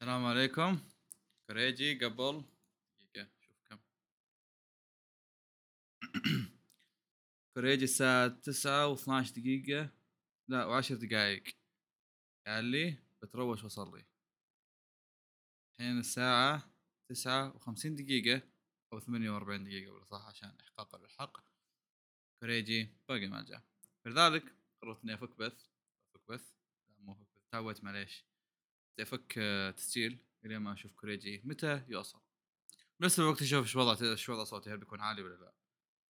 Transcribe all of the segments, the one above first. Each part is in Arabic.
السلام عليكم. كريجي قبل دقيقة شوف كم. كريجي الساعة 9:12 دقيقة، لا و10 دقايق. قال لي بتروش واصلي. الحين الساعة 9:50 دقيقة أو 48 دقيقة ولا صح، عشان إحقاقا للحق. كريجي باقي ما جاء، فلذلك قررت إني أفك بث. لا مو أفك بث، تعودت معليش. بدي أفك تسجيل إلى ما أشوف كريجي متى يوصل. بنفس الوقت أشوف شو وضع صوتي، هل بيكون عالي ولا لا.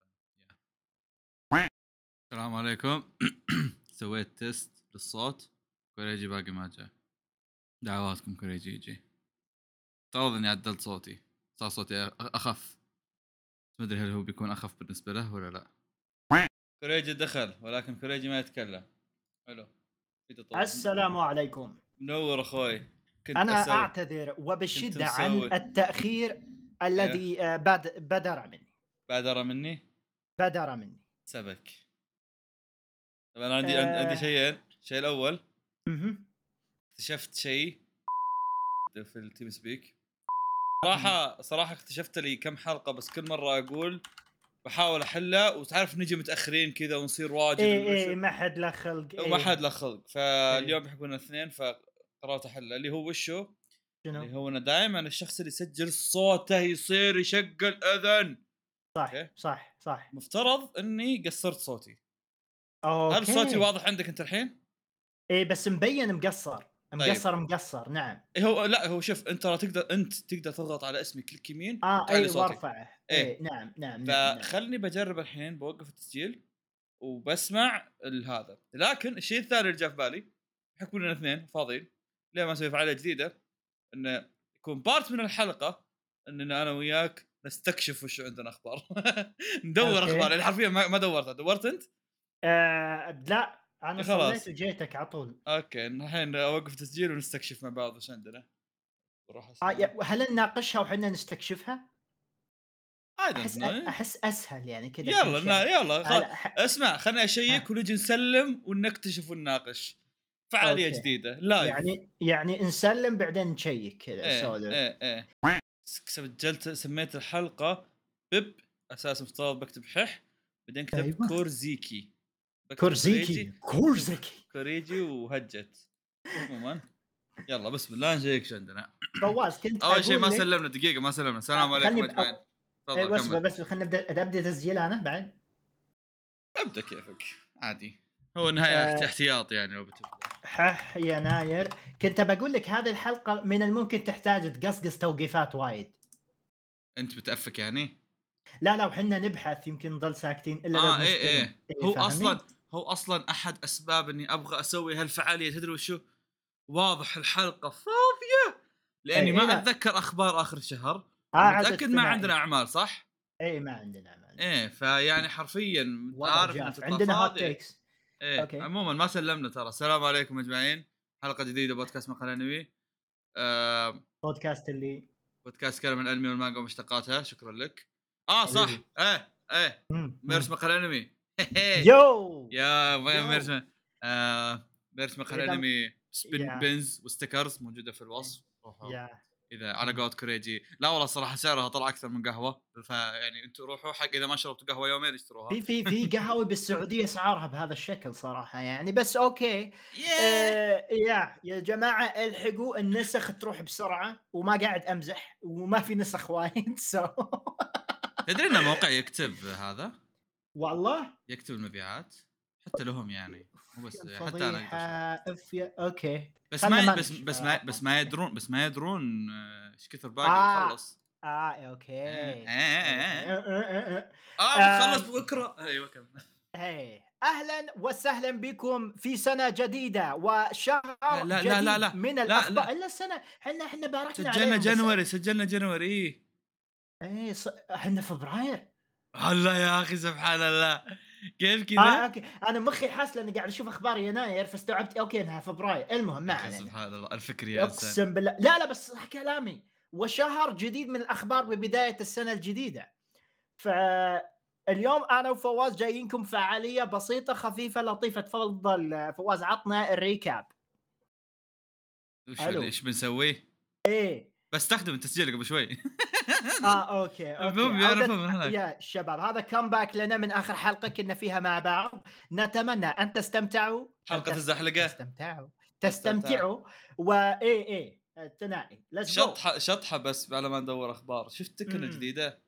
السلام عليكم. سويت تيست للصوت، كوريجي باقي ما جاء. دعواتكم كوريجي يجي. افترض اني عدلت صوتي، صار صوتي اخف. ما ادري هل هو بيكون اخف بالنسبه له ولا لا. كوريجي دخل ولكن كوريجي ما يتكلم. حلو، في تطور. السلام عليكم. منور اخوي. أنا أعتذر كنت وبشدة عن مسوي التأخير ايه الذي بدر مني. بادر مني بدر مني. سبك. طب انا عندي آه، شيئين. الشيء الاول، مهم. اكتشفت شيء في التيم سبيك. مم. صراحة اكتشفت لي كم حلقة، بس كل مرة اقول بحاول احلها، وتعرف نجي متاخرين كذا ونصير واجد إيه ما حد له خلق. وما حد إيه. له خلق. إيه فاليوم بيكون اثنين، فقررت احلها اللي هو وشو. شنو؟ اللي هو انا دائما الشخص اللي يسجل صوته يصير يشغل اذن. صح اوكي، صح صح. مفترض اني قصرت صوتي. هل صوتي أوكي. واضح عندك انت الحين؟ إيه بس مبين مقصر طيب، مقصر نعم. لا هو شوف، انت ترى تقدر تضغط على اسمي كليك يمين وتعلي إيه صوتي. وارفعه. ايه، إيه نعم نعم نعم نعم. فخلني بجرب الحين، بوقف التسجيل وبسمع هذا. لكن الشيء الثاني اللي جاء في بالي، بحكم اننا اثنين فاضيين، ليه ما نسوي فعاليه جديده؟ انه يكون بارت من الحلقه اننا انا وياك نستكشف وش عندنا اخبار. ندور اخبار، أوكي. يعني حرفيا ما دورتها. دورت انت؟ لا أنا صليت خلاص وجيتك على طول. اوكي، الحين اوقف تسجيل ونستكشف مع بعض وش عندنا. بروح اسوي هل نناقشها وحنا نستكشفها؟ I don't know. احس اسهل يعني كذا يلا تمشي يلا خلاص. على اسمع، خليني اشيك ها. ونجي نسلم ونكتشف ونناقش. فعاليه اوكي. جديده لايف. يعني نسلم بعدين نشيك كذا سولف. ايه سميت الحلقة بيب، اساس مفترض بكتب حح، بعدين كتبت ايوه كورزيكي. بكتب كورزيكي كوريجي. كورزيكي. كوريجي وهجت. عموما يلا بسم الله نشيك شو عندنا. فواز كنت اول شيء اقول ما لك سلمنا، دقيقة ما سلمنا. السلام عليكم خلني اجمعين. تفضل ايوه كمل. بس خلينا ابدا تسجيل انا بعد. ابدا كيفك عادي. هو النهاية أه احتياط يعني لو بتبدا. يناير. كنت بقول لك هذه الحلقه من الممكن تحتاج تقصقص توقيفات وايد. انت بتأفك يعني؟ لا وحنا نبحث يمكن نضل ساكتين الا لو ايه بنستلم. ايه إيه هو فاهمني. اصلا هو اصلا احد اسباب اني ابغى اسوي هالفعالية، تدري وشو؟ واضح الحلقة فاضية لاني ما اي لا اتذكر اخبار اخر الشهر، عدد ومتاكد ما عندنا ثنائي. اعمال صح. اي ما عندنا. ايه فيعني حرفيا وضع عارف ان انت جاف تطلع عندنا هوت فاضي. تيكس. ايه اوكي. عموما ما سلمنا ترى. السلام عليكم اجمعين. حلقه جديده بودكاست مقال انمي. بودكاست اللي بودكاست يتكلم عن الانمي والمانجا ومشتقاتها. شكرا لك. صح. حبيبي. ايه ميرس مم. مقال انمي. يو يا ميرس. يو ميرس مقال اذا انمي سبين يا بنز وستيكرز موجوده في الوصف. روحوا يا اذا على مم. قولة كوريجي. لا والله صراحه سعرها طلع اكثر من قهوه، فيعني انتم روحوا حق اذا ما شربتوا قهوه يومين اشتروها. في قهوه بالسعوديه اسعارها بهذا الشكل صراحه يعني بس اوكي. ياه. يا جماعه الحقوا النسخ تروح بسرعه وما قاعد امزح وما في نسخ وايد تدري ان موقع يكتب هذا، والله يكتب المبيعات حتى لهم يعني، مو بس حتى انا فضيحه. اقدر اشوف. اوكي بس خلنا ما ما بس نكشف بس ما بس الارقام. ما يدرون بس ما يدرون ايش كثر باقي آه بخلص. أوكي. آه. أوكي. بتخلص آمم، بكره. ايوه كمل. أهلًا وسهلًا بكم في سنة جديدة وشهر لا لا لا جديد لا من لا الأخبار لا إلا السنة إحنا باركنا سجلنا عليهم بس. جنوري، سجلنا جنوري إيه. إحنا فبراير. الله يا اخي سبحان الله، كيف كذا؟ أوكي، أنا مخي حاس لإني قاعد أشوف أخبار يناير فاستوعبت أوكي إنها فبراير، المهم ما يا اخي علينا. سبحان الله، الفكر يا انسان. أقسم بالله لا بس صح كلامي، وشهر جديد من الأخبار ببداية السنة الجديدة. فاليوم انا وفواز جايينكم فعاليه بسيطه خفيفه لطيفه. تفضل فواز عطنا الريكاب. وش الو. ايش بنسوي؟ ايه بستخدم التسجيل قبل شوي. اوكي المهم عودة يعرفون من هناك. يا شباب، هذا كمباك لنا من اخر حلقة كنا فيها مع بعض. نتمنى ان تستمتعوا، حلقة الزحلقة. استمتع. تستمتعوا ايه الثنائي ليتس جو. شطحة بس على ما ندور اخبار. شفت تكن الجديدة؟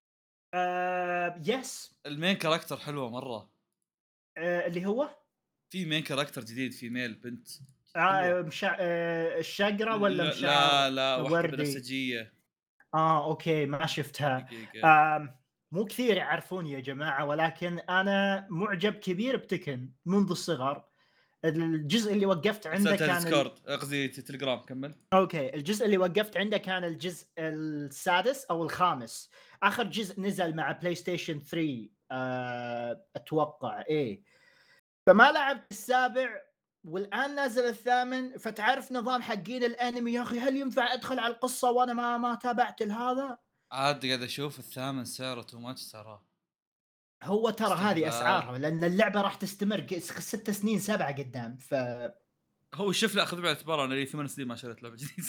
يس. المين كاركتر حلوة مرة. اللي هو في مين كاركتر جديد، في ميل بنت حلوة. الشقرة ولا لا مشاعر لا, لا واحدة وردي؟ بنفسجية. اوكي ما شفتها. دقيقة. مو كثير يعرفون يا جماعة، ولكن انا معجب كبير بتكن منذ الصغر. الجزء اللي وقفت عنده رسالتها كان ديسكورد، قصدي تليجرام، كمل. اوكي، الجزء اللي وقفت عنده كان الجزء السادس او الخامس. اخر جزء نزل مع بلاي ستيشن 3 اتوقع ايه. فما لعبت السابع، والان نازل الثامن. فتعرف نظام حقين الانمي يا اخي، هل ينفع ادخل على القصة وانا ما تابعت هذا؟ عاد قاعد اشوف الثامن سعره تو ماتش ترى. هو ترى هذه استهبال. اسعارها لان اللعبه راح تستمر 6 سنين 7 قدام هو شوف، لا خذ بالاعتبار انا لي 8 سنين ما شريت لعبه جديده.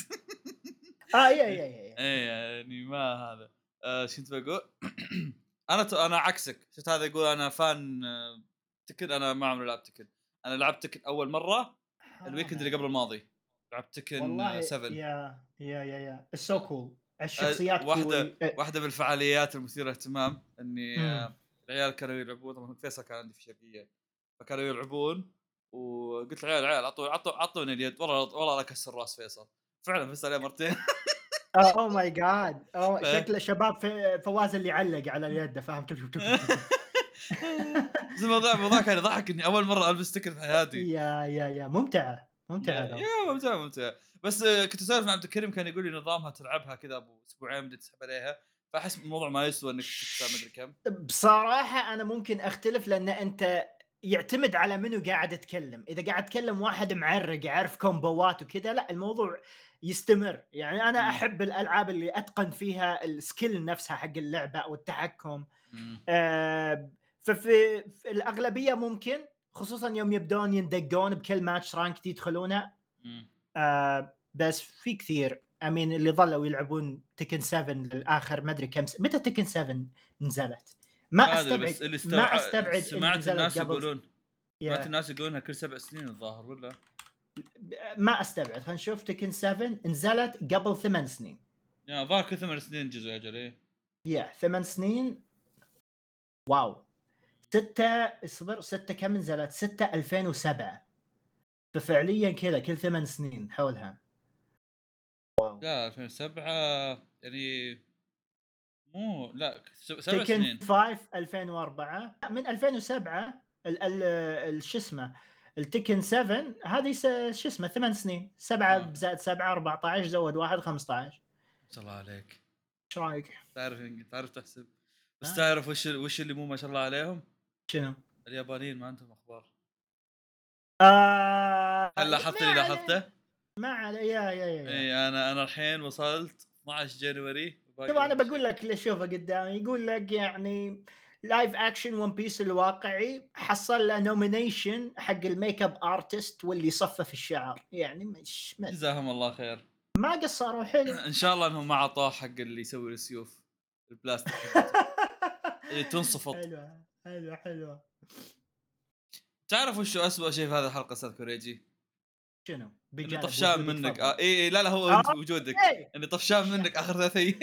يا ايه يعني ما هذا. شو كنت بقول؟ انا عكسك. شفت هذا يقول انا فان تكن. انا ما عمري لعبت تكن. انا لعبت تكن اول مره الويكند اللي قبل الماضي. لعبت تكن والله 7. يا سو كول. الشخصيات واحده كول واحده بالفعاليات المثيره اهتمام اني امم العيال كانوا يلعبون. طبعا فيصل كان عندي في الشرقيه، فكانوا يلعبون. وقلت العيال عطوني اليد. والله لا كسر راس فيصل. فعلا فزت عليه مرتين. اوه ماي جاد. ف... شكله شباب فواز اللي علق على اليد، فاهم؟ بس الموضوع كان يضحك اني اول مره البس تكن في حياتي. يا ممتعه يا ذا. ممتع. بس كنت اسولف مع عبد الكريم، كان يقول لي نظامها تلعبها كذا ابو اسبوعين بدك تسحب عليها. فاحس الموضوع ما يسوى انك تدفع مدري كم. بصراحة أنا ممكن أختلف، لأن أنت يعتمد على منو قاعد يتكلم. إذا قاعد يتكلم واحد معرق يعرف كومبوات وكذا، لا الموضوع يستمر. يعني أنا مم. أحب الألعاب اللي أتقن فيها السكيل نفسها حق اللعبة أو التحكم. مم. في الأغلبية ممكن، خصوصا يوم يبدون يندقون بكل ماتش رانك يدخلونه. مم. بس في كثير امين اللي ظلوا يلعبون تكن 7 للاخر. ما ادري كم متى تكن 7 نزلت. ما ادري، بس اللي ما استبعد ان سمعت نزلت الناس قبل. يقولون. سمعت يا الناس يقولونها كل 7 سنين الظاهر ولا. ما استبعد. خلينا نشوف. تكن 7 نزلت قبل 8 سنين. يا الظاهر كل 8 سنين جزء يا اجل. ايه 8 سنين. واو. 6 كم نزلت؟ 6 2007. ففعليا كذا كل 8 سنين حولها. واو. لا 2007 يعني. مو لا 7 تكن سنين. 5 2004. من 2007 شو اسمه التكن 7 هذه شو اسمه 8 سنين. 7 آه. زائد 7 14 زود 1 15. ما شاء الله عليك. ايش رايك؟ تعرف تحسب. بس تعرف وش اللي مو ما شاء الله عليهم؟ شنو؟ اليابانيين ما عندهم اخبار. هل ما لاحظت اللي عليه. لاحظته؟ ما عليه يا اي انا الحين وصلت 12 جانوري شوف وباقي انا لي بقول شيء. لك اللي اشوفه قدامي. يقول لك يعني لايف اكشن ون بيس الواقعي حصل له نومينيشن حق الميك اب ارتست واللي صفف الشعر. يعني مش جزاهم الله خير. ما قصروا. حلو. ان شاء الله انهم ما عطوه حق اللي يسوي السيوف البلاستيك حقته اللي تنصفط. حلوه. تعرف وش اسوء شيء في هذه الحلقه استاذ كوريجي؟ شنو اني بجانب طفشان وجودي؟ منك. تفضل. اي لا هو انت وجودك. اوكي. اني طفشان منك اخر 3 ايام.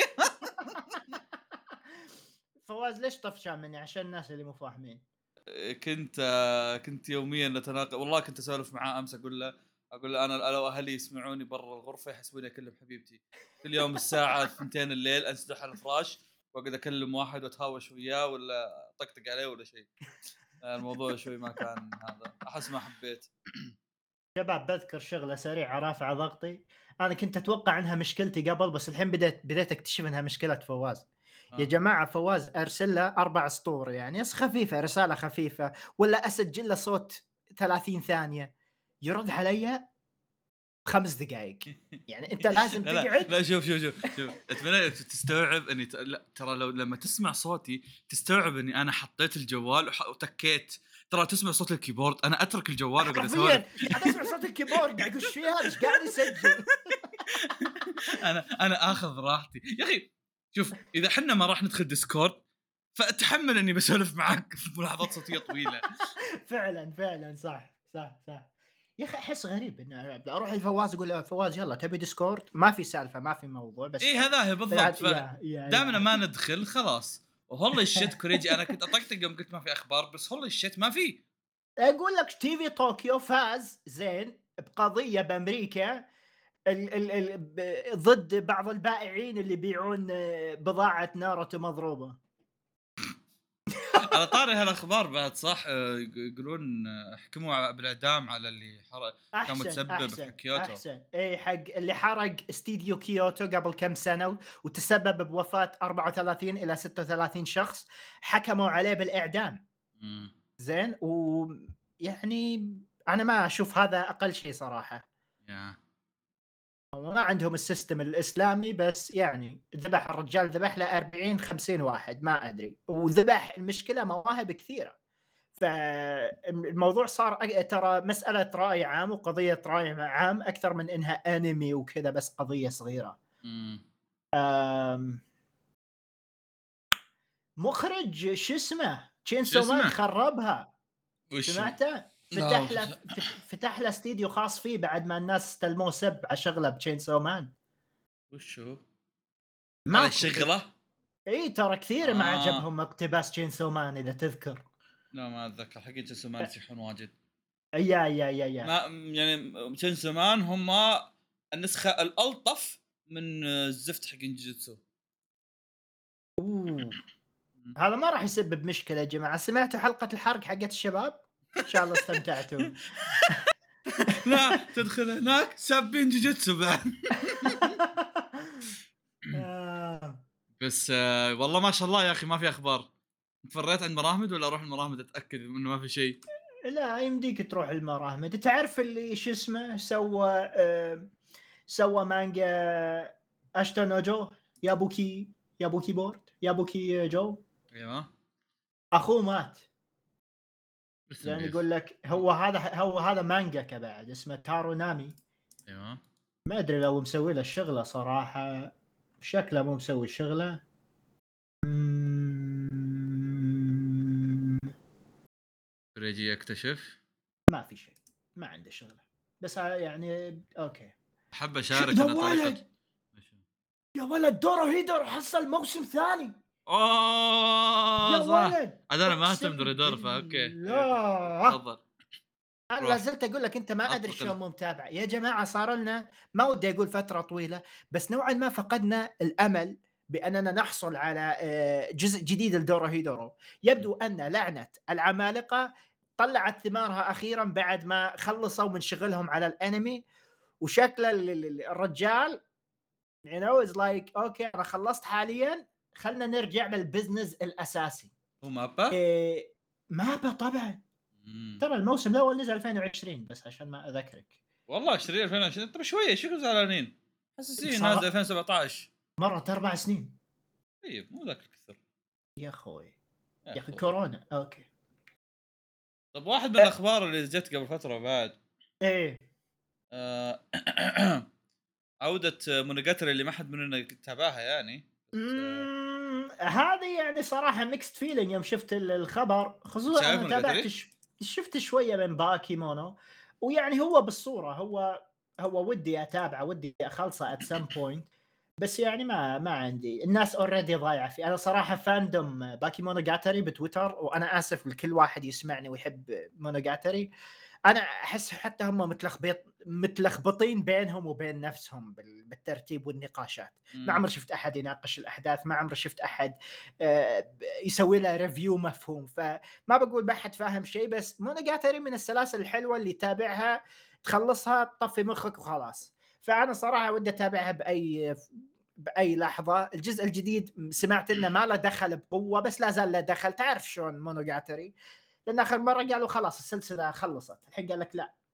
فواز ليش طفشان مني؟ عشان الناس اللي مو فاهمين. كنت يوميا نتناقض. والله كنت اسولف معاه امس اقول له انا لو اهلي يسمعوني برا الغرفه يحسبوني اكلم حبيبتي. كل يوم الساعه 2 الليل انسدح على الفراش واقعد اكلم واحد واتهاوش وياه ولا طقطق عليه ولا شيء. الموضوع شوي ما كان هذا. احس ما حبيت. شباب بذكر شغله سريعه رافعه ضغطي. انا كنت اتوقع انها مشكلتي قبل، بس الحين بديت اكتشف انها مشكله فواز. يا جماعه فواز ارسل له 4 سطور يعني خفيفه، رساله خفيفه، ولا اسجل له صوت 30 ثانيه يرد علي 5 دقائق. يعني انت لازم لا تقعد. لا شوف اتمنى تستوعب اني لا ترى لما تسمع صوتي تستوعب اني انا حطيت الجوال وتكيت. ترى تسمع صوت الكيبورد انا اترك الجوال واقعد اسولف. حرفيا قاعد اسمع صوت الكيبورد قاعد اقول ايش فيها؟ ايش قاعد يسجل؟ انا اخذ راحتي يا اخي. شوف اذا حنا ما راح ندخل ديسكورد فاتحمل اني بسولف معك في ملاحظات صوتيه طويله. فعلًا صح، صح. يا أخي أحس غريب إن أروح لفواز أقول له: "فواز يالّا تبي ديسكورد؟" ما في سالفة، ما في موضوع، بس اي هذا هي بالضبط. بالعاد يا دائما ما ندخل خلاص. وهولي الشيت كوريجي انا كنت اطقطق يوم قلت ما في اخبار، بس هولي الشيت ما في. أقول لك تيفي طوكيو فاز زين بقضية بأمريكا ال ضد بعض البائعين اللي يبيعون بضاعة ناروتو مضروبة. على طاري هالاخبار بعد صح، يقولون حكموا بالاعدام على اللي كان متسبب في كيوتو. أي حق اللي حرق استديو كيوتو قبل كم سنة وتسبب بوفاة 34 إلى 36 شخص، حكموا عليه بالإعدام. امم زين، ويعني أنا ما أشوف هذا أقل شيء صراحة. يا ما عندهم السيستم الإسلامي، بس يعني ذبح الرجال، ذبح له 40 50 واحد ما أدري، وذبح المشكلة مواهب كثيرة. فالموضوع صار ترى مسألة رأي عام وقضية رأي عام أكثر من إنها أنمي وكذا، بس قضية صغيرة. امم آمم، مخرج شو اسمه شو Chainsaw Man اسمه؟ خربها، وشو؟ سمعته؟ لا فتح له استديو خاص فيه بعد ما الناس استلموه سب على شغله بChainsaw Man. وشو على ماكو الشغله؟ اي ترى كثير ما اه عجبهم اقتباس Chainsaw Man اذا تذكر. لا ما اتذكر حقين تسومان يصيحون واجد. يا ما يعني تشنسمان هم النسخه الالطف من الزفت حق جوجوتسو. أوه. هذا ما راح يسبب مشكلة يا جماعة، سمعتوا حلقة الحرق حقت الشباب؟ إن شاء الله استمتعتوا. لا تدخل هناك سابين جوجوتسو بعد. آه. بس والله ما شاء الله يا اخي ما في اخبار. فريت عند مراهمد ولا اروح المراهمد اتاكد انه ما في شيء؟ لا يمديك تروح المراهمد، تعرف اللي شو اسمه سوى مانجا أشتا نوجو، يابوكي بورد، يابوكي جو، ايوه أخوه مات. بس يعني نبيف. يقول لك هو هذا مانجاكا بعد اسمه تارو نامي. ايوه ما ادري لو مسوي له الشغله صراحه، شكله مو مسوي الشغله. فريجي يكتشف. ما في شيء، ما عنده شغله، بس يعني اوكي. احب شو اشارك يا انا طريقه. ولد، يا ولد دورو هيدر حصل موسم ثاني. يا اوه صح. ولد عاد انا ما اهتم اقسم دريدور فاوكي بالله. تفضل. انا لا روح زلت اقول لك انت ما ادري اطلق شلون مو متابع يا جماعه. صار لنا ما ودي اقول فتره طويله، بس نوعا ما فقدنا الامل باننا نحصل على جزء جديد لدورو هيدورو. يبدو ان لعنه العمالقه طلعت ثمارها اخيرا بعد ما خلصوا من شغلهم على الانمي، وشكل الرجال is like اوكي انا خلصت حاليا، خلنا نرجع للبزنس الاساسي. هو مابا. مابا طبعا. مم. ترى الموسم الاول نزل 2020 بس عشان ما اذكرك. والله 20 2020 طيب شويه شكله زعلانين. حساسين نازل صار 2017. مرت 4 سنين. طيب مو ذاك الكثر يا اخوي، يا يا اخي اخوي. كورونا اوكي. طب واحد من أه. الاخبار اللي جت قبل فتره بعد ايه. آه، عودة مونوجاتري اللي ما حد مننا تابعها يعني بس هذه يعني صراحه ميكست فيلينج يوم شفت الخبر، انت خصوصا شايف انا تابعت مونوجاتري؟ شفت شويه من باكيمونو، ويعني هو بالصوره هو ودي اتابعه، ودي اخلصه at some point، بس يعني ما عندي. الناس اوريدي ضايعه فيه. انا صراحه فاندوم باكيمونوجاتري بتويتر، وانا اسف لكل واحد يسمعني ويحب مونوجاتري. انا احس حتى هم متلخبطين بينهم وبين نفسهم بالترتيب والنقاشات. ما مم. عمري شفت احد يناقش الاحداث، ما عمري شفت احد يسوي له ريفيو مفهوم. فما بقول ما حد فاهم شيء، بس مونوجاتري من السلاسل الحلوه اللي تابعها تخلصها تطفي مخك وخلاص. فانا صراحه ودي اتابعها باي لحظه. الجزء الجديد سمعت انه ما له دخل بقوه، بس لا زال له دخل. تعرف شلون مونوجاتري، لان اخر مره قالوا خلاص السلسله خلصت، الحين قال لك لا،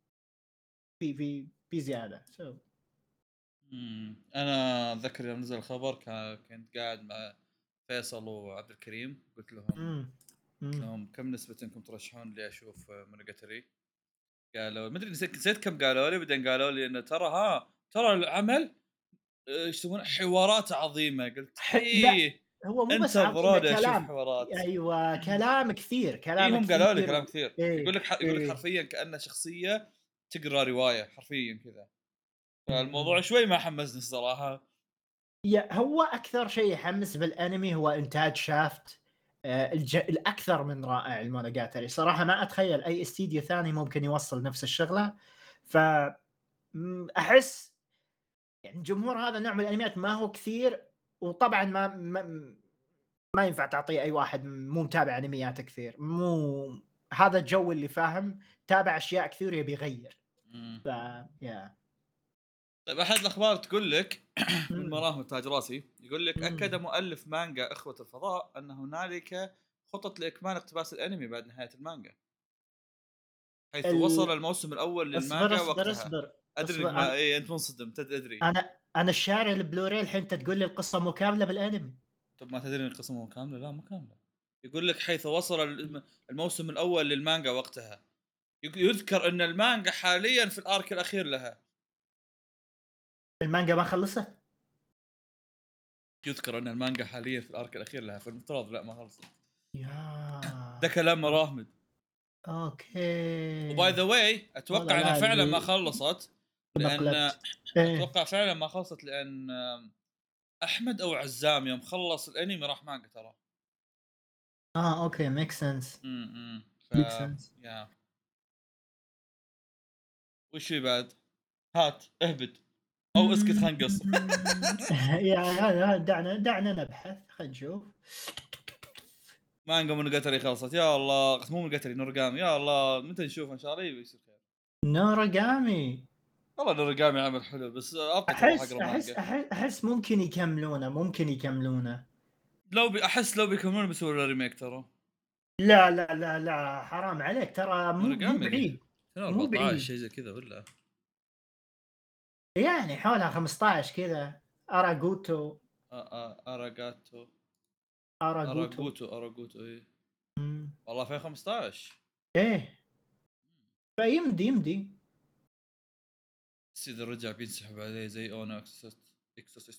في زياده انا اتذكر يوم نزل الخبر كنت قاعد مع فيصل وعبد الكريم قلت لهم امم امم كم نسبة انكم ترشحون لي اشوف مونوجاتري؟ قالوا مدري نسيت كم قالوا لي، بعدين قالوا لي انه ترى ترى العمل ايش يسمونه حوارات عظيمه، قلت لأ، حي هو مو انت بس عظيمة برودي اشوف كلام، حوارات. أيوه، كلام كثير، اي كلام هم قالوا لي كثير كلام كثير، إيه، يقول لك إيه. حرفيا كانه شخصيه تقرا روايه حرفيا كذا. فالموضوع إمم. شوي ما حمسني الصراحه. هو أكثر شيء يحمّس بالأنمي هو إنتاج شافت الأكثر من رائع المونوجاتاري، صراحة ما أتخيّل أي استديو ثاني ممكن يوصّل نفس الشغلة، ف أحس يعني جمهور هذا النوع من الأنميات ما هو كثير، وطبعًا ما ينفع تعطيه أي واحد مو متابع أنميات كثير، هذا الجو اللي فاهم، تابع أشياء كثير يبي يغيّر، مم. ف يا طيب احد الاخبار تقول لك من إمم، مراه تاج راسي، يقول لك اكد إمم. مؤلف مانجا اخوة الفضاء ان هنالك خطط لاكمال اقتباس الانمي بعد نهايه المانجا، حيث ال وصل الموسم الاول اصبر، للمانجا اصبر، وقتها. اصبر، ادري انك اصبر. ما انت منصدم ادري. أنا الشاري البلوراي الحين أنت تقول لي القصة مو كاملة بالأنمي. طب ما تدري ان القصه مو كامله؟ لا مو كامله. يقول لك حيث وصل الموسم الاول للمانجا وقتها. يذكر ان المانجا حاليا في الارك الاخير لها. المانجا ما خلصت؟ يذكر ان المانجا حاليا في الارك الاخير لها، فالمفترض لا ما خلصت. ده ياه! كلام مراهمد. وباي أوكي. ذا واي والله اتوقع انها لا فعلا ما خلصت. لان مقلبت. إيه. اتوقع فعلا ما خلصت لان احمد او عزام يوم خلص الانمي راح مانجا ترى. أوكي make sense. ف make sense. يا وش في بعد؟ هات اهبد او اسكت إمم. خلينا نقص. يا هذا دعنا نبحث، خلينا نشوف. مانجا مونوجاتري خلصت يا الله، مو مونوجاتري نورجامي يا الله، متى نشوف ان شاء الله يصير خير. نوراغامي. والله نورجامي عمل حلو بس ابغى تروح أحس اقرا أحس مانجا. أح أحس ممكن يكملونه، ممكن يكملونه. احس لو بيكملون بيسووا له ريميك ترى. لا، لا، لا، لا، حرام عليك ترى مو نورجامي بعيد، مو 2014 بعيد. شيء زي كذا ولا؟ يعني حولها 15 كذا. أراغوتو. اراغاتو. أراغوتو. اراغوتو اي. إمم. والله 2015. إيه، فيمدي. بس اذا رجع بينسحب عليه زي اونا اكسوسيست.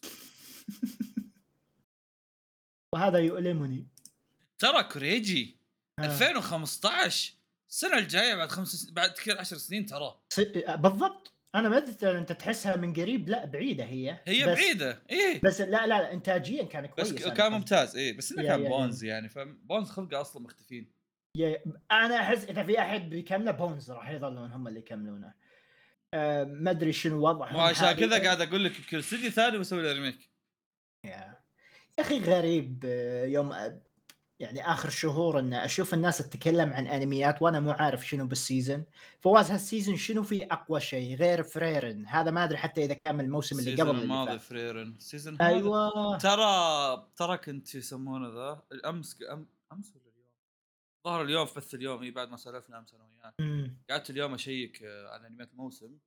وهذا يؤلمني. ترى كوريجي آه. 2015 السنه الجايه بعد بعد كذا 10 سنين ترى. بالضبط. أنا ما أدري أنت تحسها من قريب، لأ بعيدة هي، هي بس بعيده ايه. بس لا، لا، إنتاجيًا كان بس كويس أنا كان قصدي. ممتاز ايه، بس انه يا كان يا يا بونز يعني، فبونز خلقه اصلا مختفين. أنا أحس إذا في أحد بيكمله بونز راح يظلون هم اللي يكملونه. ما أدري شنو مو وضعهم عشان كذا حاليًا. قاعد اقول لك كل استديو ثاني بيسوي له ريميك. يا أخي غريب، يوم يعني آخر شهور إن أشوف الناس تتكلم عن أنميات وأنا مو عارف شنو بالسيزون. فواز هالسيزون شنو فيه أقوى شيء غير فريرن؟ هذا ما أدري حتى إذا كان من الموسم اللي السيزون قبل اللي الماضي فات. فريرن، السيزون هذا أيوه. ترى كنت يسمونه ذا الامس امس ولا اليوم؟ ظهر اليوم في بث اليوم اي بعد ما سولفنا امس انا وياك. إمم. قعدت اليوم اشيك على انميات الموسم.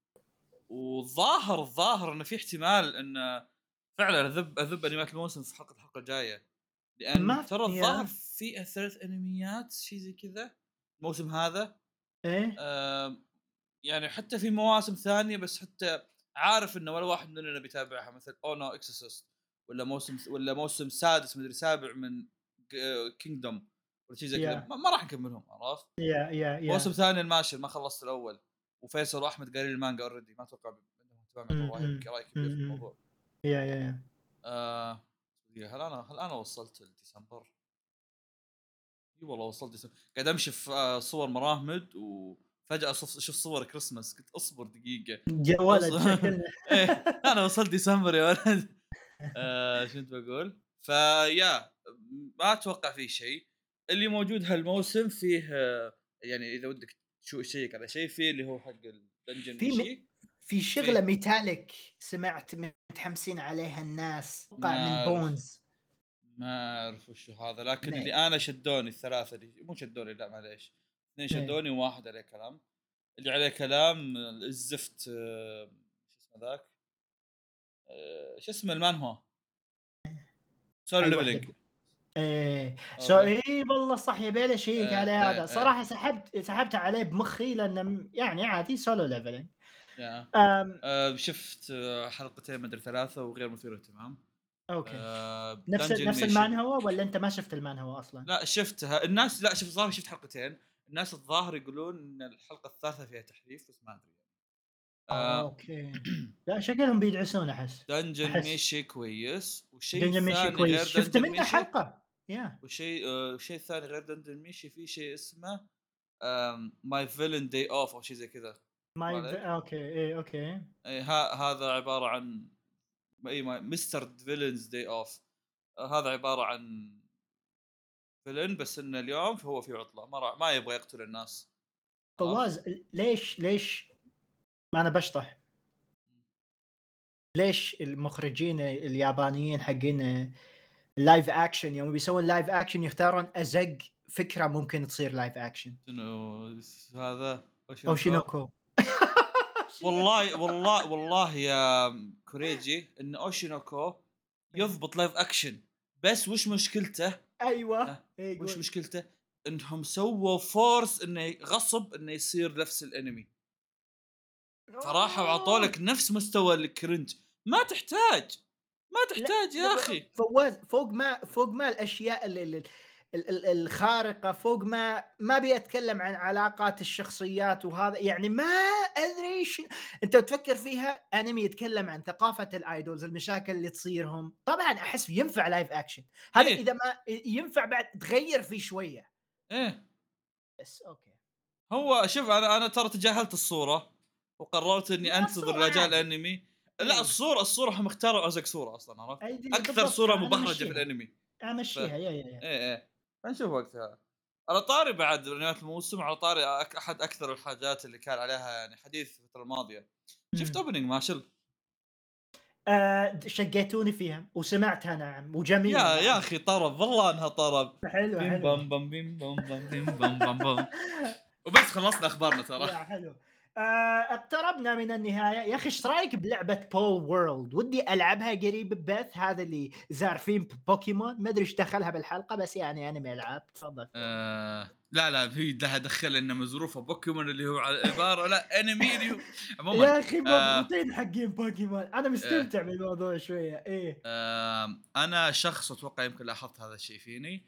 والظاهر انه في احتمال ان فعلا اذب انميات الموسم في الحلقه الجايه. ما لان ف ترى الظاهر ياه! في 3 انميات شيء زي كذا الموسم هذا. إيه؟ آم، يعني حتى في مواسم ثانيه بس حتى عارف انه ولا واحد مننا بيتابعها، مثل اونو اكسسوس ولا موسم سادس مدري سابع من كينجدوم ولا شيء زي كذا، ياه! ما راح نكملهم عرفت. موسم ياه! ثاني الماشر ما خلصت الاول. وفيصل واحمد قارين المانجا اوريدي، ما اتوقع عندهم اهتمام يعطوا إمم، إمم، راي كبير إمم، في إمم. الموضوع. ياه! آه هل انا وصلت لديسمبر؟ اي والله وصلت ديسمبر، قاعد امشي في صور مراهمد وفجاه اشوف صور كريسماس، قلت اصبر دقيقه. ولد شكلنا. ايه انا وصلت ديسمبر يا ولد. شو كنت بقول؟ فيا ما اتوقع فيه شيء. اللي موجود هالموسم فيه يعني اذا ودك شو تشيك على شيء فيه اللي هو حق الدنجن في م ايشي. في شغلة فيه metallic سمعت متحمسين عليها الناس، أتوقع ما من اعرف بونز. ما اعرف وش هذا، لكن اللي ن انا شدوني الثلاثه اللي مو شدوني لا معليش، اثنين إيه. شدوني وواحد عليه كلام. اللي عليه كلام الزفت شو اسمه ذاك شو اسمه المان هو سولو أي ليفلينج. وحدة. إيه، اوكي إي والله صح يبي له أشيك على هذا، ايه صراحة سحبت عليه بمخي لأنه يعني عادي solo leveling. يا آمم شفت حلقتين مدري 3 وغير مثير اهتمام. أوكي. دنجن نفس ميشن المانهوا والّا أنت ما شفت المانهوا أصلًا؟ لا شفتها الناس لا شوف الظاهر شفت حلقتين. الناس الظاهر يقولون إن الحلقة الثالثة فيها تحريف بس ما أدري يعني. أوكي. لأ شكلهم بيدعسون أحس. دنجن أحس ميشي كويس وشيء دنجن ميشي ثاني غير كويس، شُفت دنجن منه ميشي حلقة. Yeah. وشيء ثاني غير دندن ميشي في شيء اسمه ماي فيلن داي اوف او شيء زي كذا. عليك أوكي، إيه، أوكي. اي هذا عباره عن اي مستر فيلنز داي اوف. هذا عباره عن فيلن بس انه اليوم فهو في عطله ما يبغى يقتل الناس. عرفت؟ فواز ليش ما أنا باشطح، ليش المخرجين اليابانيين حقين الlive action يوم بيسوون live action يختارون أزق فكرة ممكن تصير live action؟ شنو هذا اوشينوكو. أوشينوكو. والله يا كوريجي ان اوشينوكو يضبط لايف اكشن بس وش مشكلته؟ أيوه، ها إيه وش قُل. مشكلته؟ انهم سووا فورس انه غصب انه يصير نفس الانمي. فراحوا وعطوا آه! لك نفس مستوى الكرنج. ما تحتاج ما لأ، تحتاج يا اخي. فواز فوق ما الأشياء الخارقة، فوق ما أبي أتكلم عن علاقات الشخصيات وهذا، يعني ما أدري أنت تفكر فيها أنمي يتكلم عن ثقافة الidols المشاكل اللي تصيرهم، طبعًا أحس ينفع live action. هذا ايه إذا ما ينفع بعد تغيّر فيه شوية، ايه بس أوكي. هو شوف انا ترى تجاهلت الصوره وقررت اني لا انتظر الصورة لاجال عادي. الانمي. لا إيه، الصوره هم اختاروا ازق صوره اصلا عرفت. أيدي اكثر بالضبط، صوره أنا مبهرجه في أمشّيها، الانمي. ف أمشّيها يا. ايه فنشوف وقتها. على طاري بعد نهاية الموسم على طاري احد اكثر الحاجات اللي كان عليها يعني حديث الفتره الماضيه. شفت إمم. اوبننج ماشل؟ شقيتوني فيها وسمعتها نعم، وجميلة يا بعد. اخي طرب والله انها طرب. حلوة، بيم حلوة. بام بام بيم بام بام بيم بام بام بام. وبس خلصنا اخبارنا ترى. يا حلو. اقتربنا من النهاية، يا أخي إيش رأيك بلعبة Pole World؟ ودي ألعبها قريب بث، هذا اللي زارفين بوكيمون، ما أدري إيش دخلها بالحلقة بس يعني أنمي ألعاب، تفضل. لا في لها دخل انه مزروفه بوكيمون اللي هو عباره لا انمي اللي هو عموما. يا أخي آه مضبوطين حقين بوكيمون، أنا آه مستمتع بالموضوع شوية، إيه. انا شخص اتوقع يمكن لاحظت هذا الشيء فيني.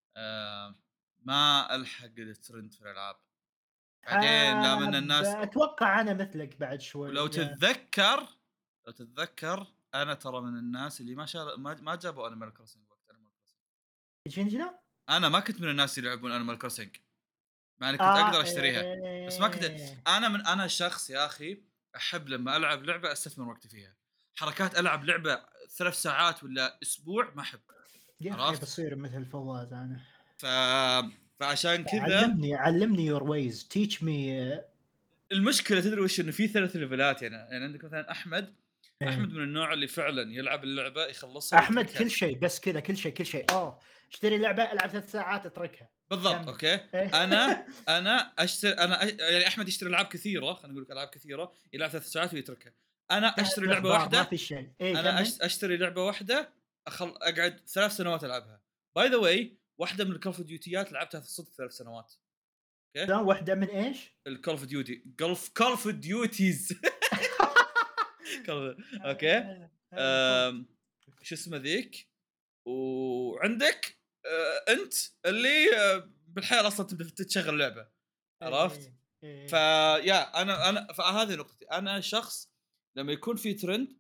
ما الحق الترند في الالعاب. بعدين لا من الناس. أتوقع أنا مثلك بعد ولو شوي. تتذكر لو تتذكر انا ترى من الناس اللي ما جابوا انيمال كروسنج وقت انيمال كروسنج. شنو؟ انا ما كنت من الناس اللي يلعبون انيمال كروسنج مع اني كنت آه، اقدر اشتريها بس ما كنت. انا شخص يا اخي احب لما العب لعبه استثمر وقتي فيها. حركات العب لعبه 3 ساعات ولا اسبوع ما احب. يا أخي عرفت؟ بصير مثل فواز أنا. ف فعشان كذا علمني your ways teach me. المشكله تدري وش انه في 3 ليفلات يعني عندك مثلا احمد. احمد إيه. من النوع اللي فعلا يلعب اللعبه يخلصها أحمد ويتركها. كل شيء بس كذا، كل شيء، اشتري لعبة العب 3 ساعات اتركها. بالضبط كمل. اوكي. إيه. انا اشتري يعني احمد يشتري العاب كثيره خلينا نقول لك العاب كثيره يلعب 3 ساعات ويتركها. انا اشتري لعبه مخبار ما واحده. في شيء، إيه انا كمل. اشتري لعبه واحده اقعد 3 سنوات العبها. باي ذا واي واحده من الكول اوف ديوتيات لعبتها في صدق 3 سنوات. اوكي. واحدة من إيش؟ الكول اوف ديوتي كول اوف ديوتيز. اوكي. أيوه فوز. شو اسمه ذيك. وعندك انت اللي بالحياه اصلا تبدا تشغل لعبه. عرفت؟ إيه، إيه. فيا انا فهذه نقطتي. انا شخص لما يكون في ترند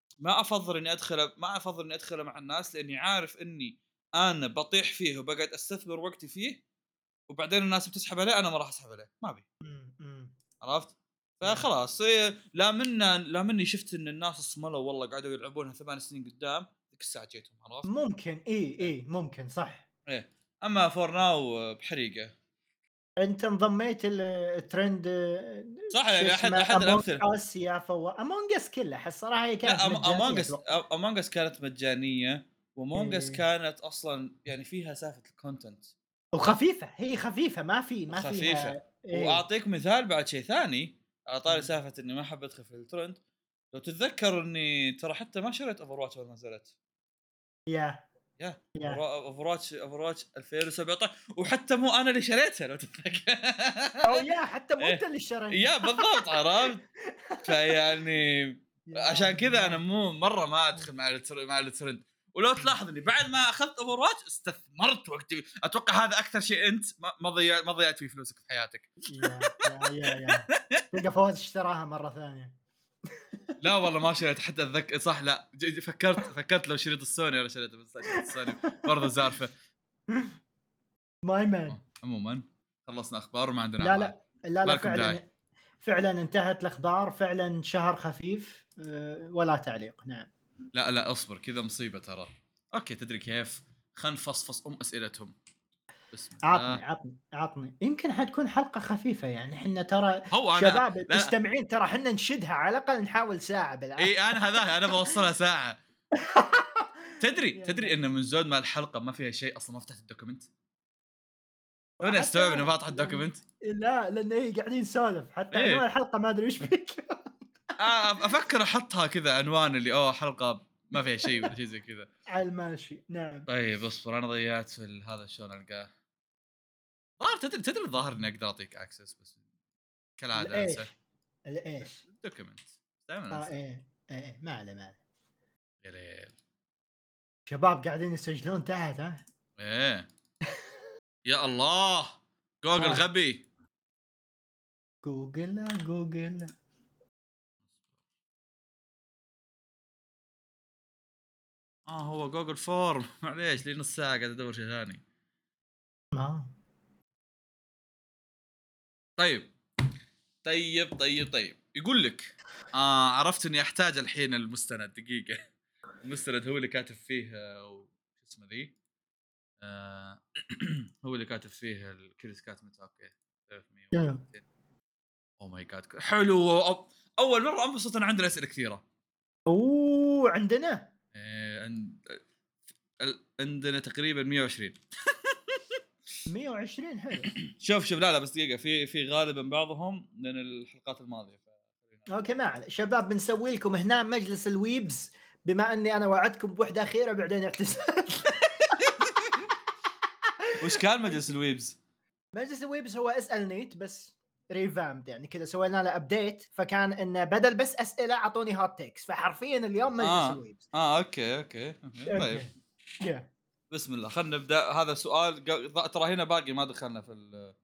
ما افضل اني ادخله مع الناس لاني عارف اني انا بطيح فيه وبقعد استثمر وقتي فيه وبعدين الناس بتسحب عليه انا ما راح اسحب عليه ما ابي. إمم. عرفت؟ ياه! فخلاص لا مني شفت ان الناس صملوا والله قعدوا يلعبونها 8 سنين قدام ذيك الساعه جيتهم. عرفت؟ ممكن، ايه ممكن صح. ايه. اما فور ناو بحريقه. أنت انضميت الtrend، صح شو يعني اسمه احد Among الامثله. Us يا Among Us كلها أحس صراحة هي كانت لا مجانية أتوقع. امونج اس كانت مجانيه وامونج اس إيه. كانت اصلا يعني فيها سالفه الكونتنت وخفيفة، هي خفيفة ما وخفيفه. فيها. إيه. واعطيك مثال بعد شيء ثاني على طاري إمم. سالفه اني ما احب ادخل في الترند. لو تتذكر اني ترى حتى ما شريت اوفر واتش اول ما نزلت. ياه! يا يا اوفرواتش 2017، وحتى مو انا اللي شريتها لو تتذكر. او يا حتى مو انت إيه. اللي اشتريتها. يا بالضبط، عرفت؟ فيعني يا عشان كذا انا بالله. مو مره ما ادخل مع الترند. ولو تلاحظ اني بعد ما اخذت اوفر واتش استثمرت وقتي. اتوقع هذا اكثر شيء انت ما ضيعت فيه فلوسك في حياتك. يا تلقى فوز اشتراها مره ثانيه. لا والله ما شريت حتى اتذكر صح. لا فكرت لو شريت السوني ولا شريته، بس شريت السوني برضه زارفه. ماي مان. عموما خلصنا اخبار وما عندنا لا اعمال. لا لا ما لا لكم داعي. فعلا انتهت الاخبار، فعلا شهر خفيف ولا تعليق. نعم. لا اصبر، كذا مصيبه ترى. اوكي تدري كيف؟ خل نفصفص اسئلتهم. بسم الله. عطني يمكن حتكون حلقه خفيفه، يعني احنا ترى هو انا شباب لا المستمعين ترى احنا نشدها على الاقل نحاول ساعه بالعافيه. اي انا هذا انا بوصلها ساعه. تدري يلا. انه من زود ما الحلقه ما فيها شيء اصلا، ما فتحت الدوكيمنت. توني حتى استوعب انه انا فاتح يعني الدوكيمنت. لا، لان ايه قاعدين نسولف حتى عنوان ايه. الحلقه ما ادري ايش فيك. افكر احطها كذا عنوان اللي حلقه ما فيها شيء ولا شيء زي كذا. على الماشي. نعم. طيب اصبر، انا ضيعت في هذا شلون القاه. ظاهر تدري الظاهر اني اقدر اعطيك اكسس، بس كالعاده انسى. الايش الايش الدوكيمنت دائما انسى. ايه ما عليه ما عليه. يا ليل. شباب قاعدين يسجلون تحت. ها ايه. يا الله. جوجل ها غبي. جوجل. هو جوجل فورم. معليش لي نص ساعه قاعد ادور شيء ثاني. ما طيب طيب يقول لك عرفت اني احتاج الحين المستند. دقيقه. المستند هو اللي كاتب فيه شو اسمه ذي. آه هو اللي كاتب فيه الكريس كاتمت. اوكي 330. او ماي جاد حلو. اول مره انبسط ان عندنا اسئله كثيره. اوه عندنا عندنا تقريبا 120. 120 حلو. شوف لا بس دقيقه، في غالبا بعضهم من الحلقات الماضيه. اوكي ما عليه شباب، بنسوي لكم هنا مجلس الويبز، بما اني انا وعدتكم بوحده اخيره بعدين اعتذر. وش كان مجلس الويبز؟ مجلس الويبز هو اسال نيت بس ريفامد، يعني كذا سوينا له ابديت، فكان انه بدل بس اسئله اعطوني هوت تيكس، فحرفيا اليوم مجلس الويبز. اوكي طيب. اوكي يا بسم الله خلينا نبدا. هذا سؤال ترى هنا باقي ما دخلنا في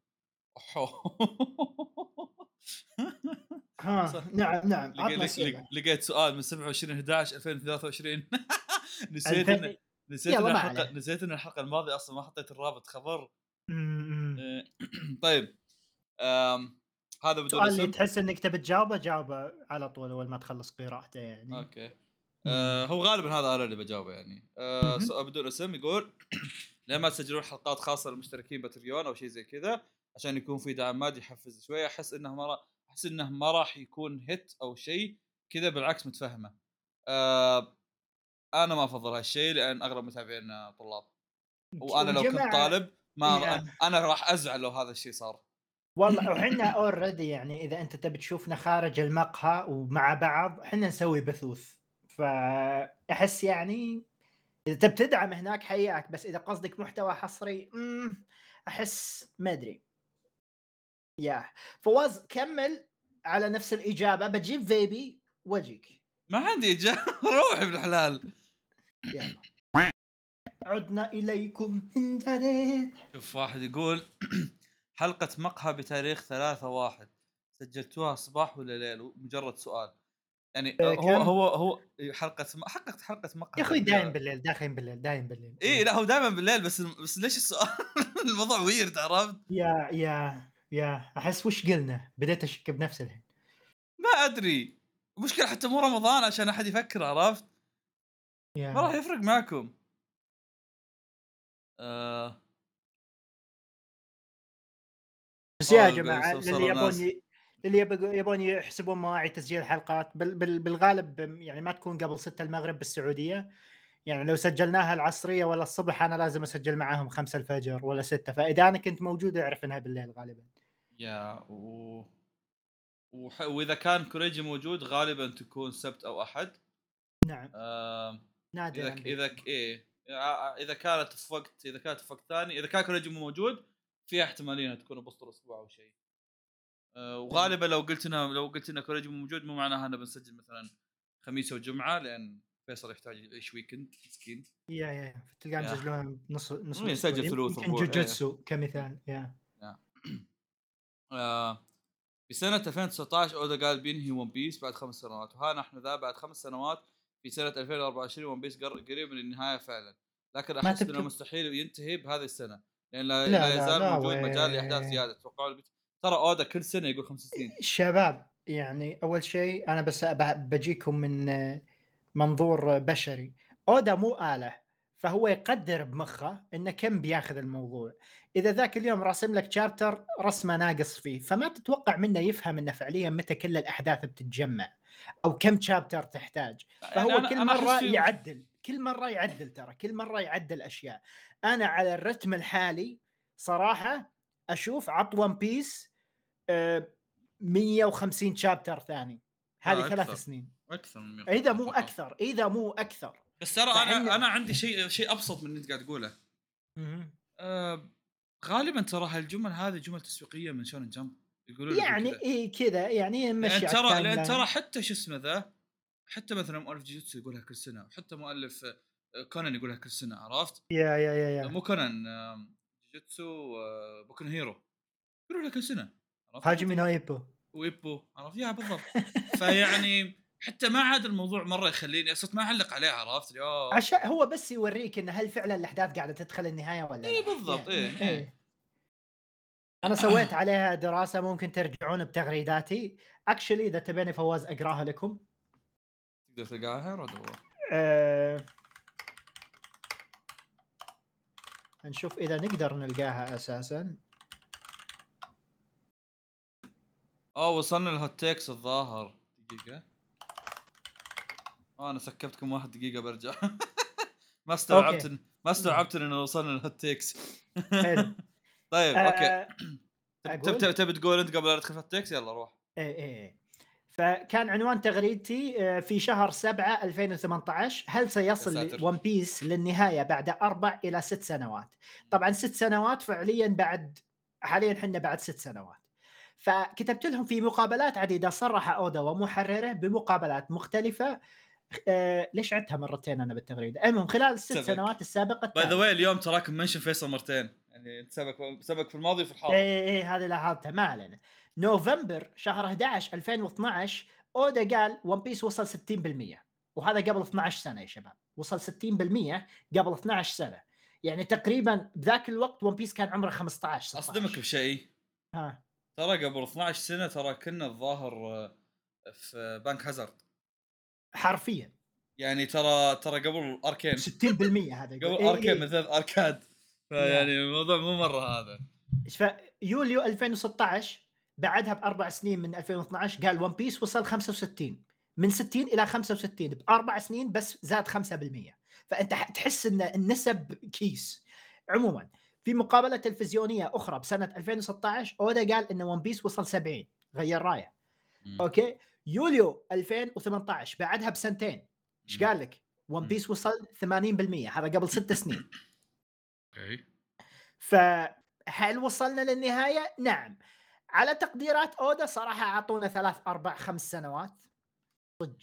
صح. نعم عطنا اسئله. لقيت سؤال من 27 11 2023. نسيت 2000. ان نسيت ان يلا ما الحلقه عليه. نسيت ان الحلقه الماضيه اصلا ما حطيت الرابط خبر. أمم. آه، طيب. هذا بدون سؤال اللي اسم. تحس انك تبي تجاوبه جاوبه على طول اول ما تخلص قراءته يعني. اوكي. هو غالبا هذا انا اللي بجاوبه يعني. مهم. سؤال بدون اسم يقول ليه ما تسجلون حلقات خاصه للمشتركين باتريون او شيء زي كذا عشان يكون في دعم مادي يحفز شويه. احس انه ما راح يكون هيت او شيء كذا، بالعكس متفهمه. انا ما افضل هالشيء لان اغلب متابعينا طلاب، وانا لو كنت وجماعة طالب ما يا انا راح ازعل لو هذا الشيء صار. والله وحنا اوريدي، يعني اذا انت تبي تشوفنا خارج المقهى ومع بعض احنا نسوي بثوث، فاحس يعني اذا تبي تدعم هناك حياك، بس اذا قصدك محتوى حصري احس ما ادري. يا فواز كمل على نفس الاجابه، بتجيب فيبي واجيك. ما عندي روح ابن الحلال. يلا عدنا اليكم من جديد. شوف واحد يقول حلقة مقهى بتاريخ 3/1 سجلتوها صباح ولا ليل؟ مجرد سؤال يعني. هو كم هو هو حلقة يا مقهى اخوي؟ كذا. دايم بالليل ايه لا هو دائما بالليل، بس ليش السؤال؟ الموضوع ويرد، عرفت؟ يا احس وش قلنا، بديت اشك بنفسي الحين. ما ادري. مشكلة حتى مو رمضان عشان احد يفكر، عرفت؟ ما راح يا يفرق معكم. بس يا يقول جماعه وصلوا الناس. اللي يبون يحسبون مواعيد تسجيل الحلقات بالغالب يعني ما تكون قبل 6 المغرب بالسعوديه، يعني لو سجلناها العصريه ولا الصبح انا لازم اسجل معاهم 5 الفجر ولا 6، فاذا انا كنت موجود اعرف انها بالليل غالبا. يا واذا كان كوريجي موجود غالبا تكون سبت او احد. نعم آه... نادرا اذا بيكون. ايه اذا كانت في وقت، اذا كانت في وقت ثاني، اذا كان كوريجي مو موجود فيها احتماليه انها تكون بوسط الاسبوع او شيء. حلو. وغالبا لو قلت لنا كوريجي مو موجود مو معناها اننا بنسجل مثلا خميس وجمعه، لان فيصل يحتاج يعيش ويكند مسكين. يا تلقاهم يا يسجلون نص الاسبوع، يسجل ثلوث يمكن ربوع ايه. جوجوتسو كمثال. يا يا. في سنة 2019 اودا قال بينهي ون بيس بعد 5 سنوات، وها نحن ذا بعد 5 سنوات في سنة 2024 ون بيس قريب من النهاية فعلا، لكن ما احس انه تبتب. مستحيل ينتهي بهذه السنة، لان لا, لا لا لا يزال لا موجود مجال لاحداث زيادة. توقعوا ترى اودا كل سنة يقول 5 سنين. شباب، يعني اول شيء انا بس بجيكم من منظور بشري. اودا مو آلة، فهو يقدر بمخه انه كم بياخذ الموضوع. اذا ذاك اليوم راسم لك شابتر رسمه ناقص فيه، فما تتوقع منه يفهم انه فعليا متى كل الاحداث بتتجمع او كم شابتر تحتاج. يعني فهو كل انا احس مره في يعدل، كل مره يعدل، ترى كل مره يعدل اشياء. انا على الرتم الحالي صراحه اشوف عط ون بيس 150 شابتر ثاني، هذه لا 3 سنين. اكثر من اذا 150 مو اتوقع. اكثر، اذا مو اكثر. بس ترى انا فحنا عندي شيء ابسط من اللي انت قاعد تقوله. مهم. أه غالبا ترى هالجمل هذه جمل تسويقيه من شون جمب، يقولون يقول يعني كذا. إيه كذا، يعني نمشي لان على ترى التايم لان ترى لاين. حتى شو اسمه ذا، حتى مثلا مؤلف جوجوتسو يقولها كل سنه، وحتى مؤلف كونان يقولها كل سنه، عرفت؟ يا مو كونان، جوجوتسو بوكو هيرو يقولوا لها كل سنه، عرفت هاجي انت؟ من هايبو. ويبو، عرفت؟ يا بالضبط. فيعني حتى ما عاد الموضوع مره يخليني صرت ما اعلق عليه، عرفت؟ عشان هو بس يوريك ان هل فعلا الاحداث قاعده تدخل النهايه ولا اي لا. بالضبط، ايه ايه. ايه. انا سويت عليها دراسه، ممكن ترجعون بتغريداتي. اكشلي اذا تبيني فواز اقراها لكم. تقدر تلقاها ردور. أه... نشوف اذا نقدر نلقاها اساسا. وصلنا الهوت تيكس الظاهر. دقيقه، انا سكبتكم 1 دقيقه برجع. ما استوعبت اوكي. ما استوعبت ان وصلنا للهوت تيكس. حلو. طيب اوكي. أه... اقول تبي تقول انت قبل لا ندخل في التكس؟ يلا روح. ايه ايه. فكان عنوان تغريدتي في شهر 7 2018: هل يا سيصل ساتر. ون بيس للنهاية بعد 4 إلى 6 سنوات؟ طبعا 6 سنوات فعليا، بعد حاليا احنا بعد 6 سنوات. فكتبت لهم في مقابلات عديدة صرح أودا ومحرره بمقابلات مختلفة. ليش عدتها مرتين أنا بالتغريدة؟ المهم خلال الست سبق. سنوات السابقة باي ذا التالية. واي اليوم تراكم منشن فيصل مرتين، يعني انت سبق في الماضي وفي ايه الحاضر. ايه هذه لاحظتها، ما علينا. نوفمبر شهر 11 2012 اودا قال ون بيس وصل 60%، وهذا قبل 12 سنه يا شباب. وصل 60% قبل 12 سنه، يعني تقريبا بذاك الوقت ون بيس كان عمره 15 اصدمك 16. بشيء، ها. ترى قبل 12 سنه ترى كنا الظاهر في بانك هازارد. حرفيا يعني ترى قبل اركين. 60% هذا قبل يقول. اي اركين اي. مثل اركاد. فيعني يا الموضوع مو مره هذا. فيوليو 2016 بعدها ب4 سنين من 2012 قال ون بيس وصل 65، من 60 الى 65 ب4 سنين بس زاد 5%. فانت تحس ان النسب كيس. عموما في مقابله تلفزيونيه اخرى بسنه 2016 اودا قال ان ون بيس وصل 70، غير رايه. مم. اوكي. يوليو 2018 بعدها بسنتين ايش مم. قال لك؟ ون مم. بيس وصل 80%، هذا قبل 6 سنين. اوكي. فهل وصلنا للنهايه؟ نعم. على تقديرات اودا صراحه اعطونا 3 4 5 سنوات صدق.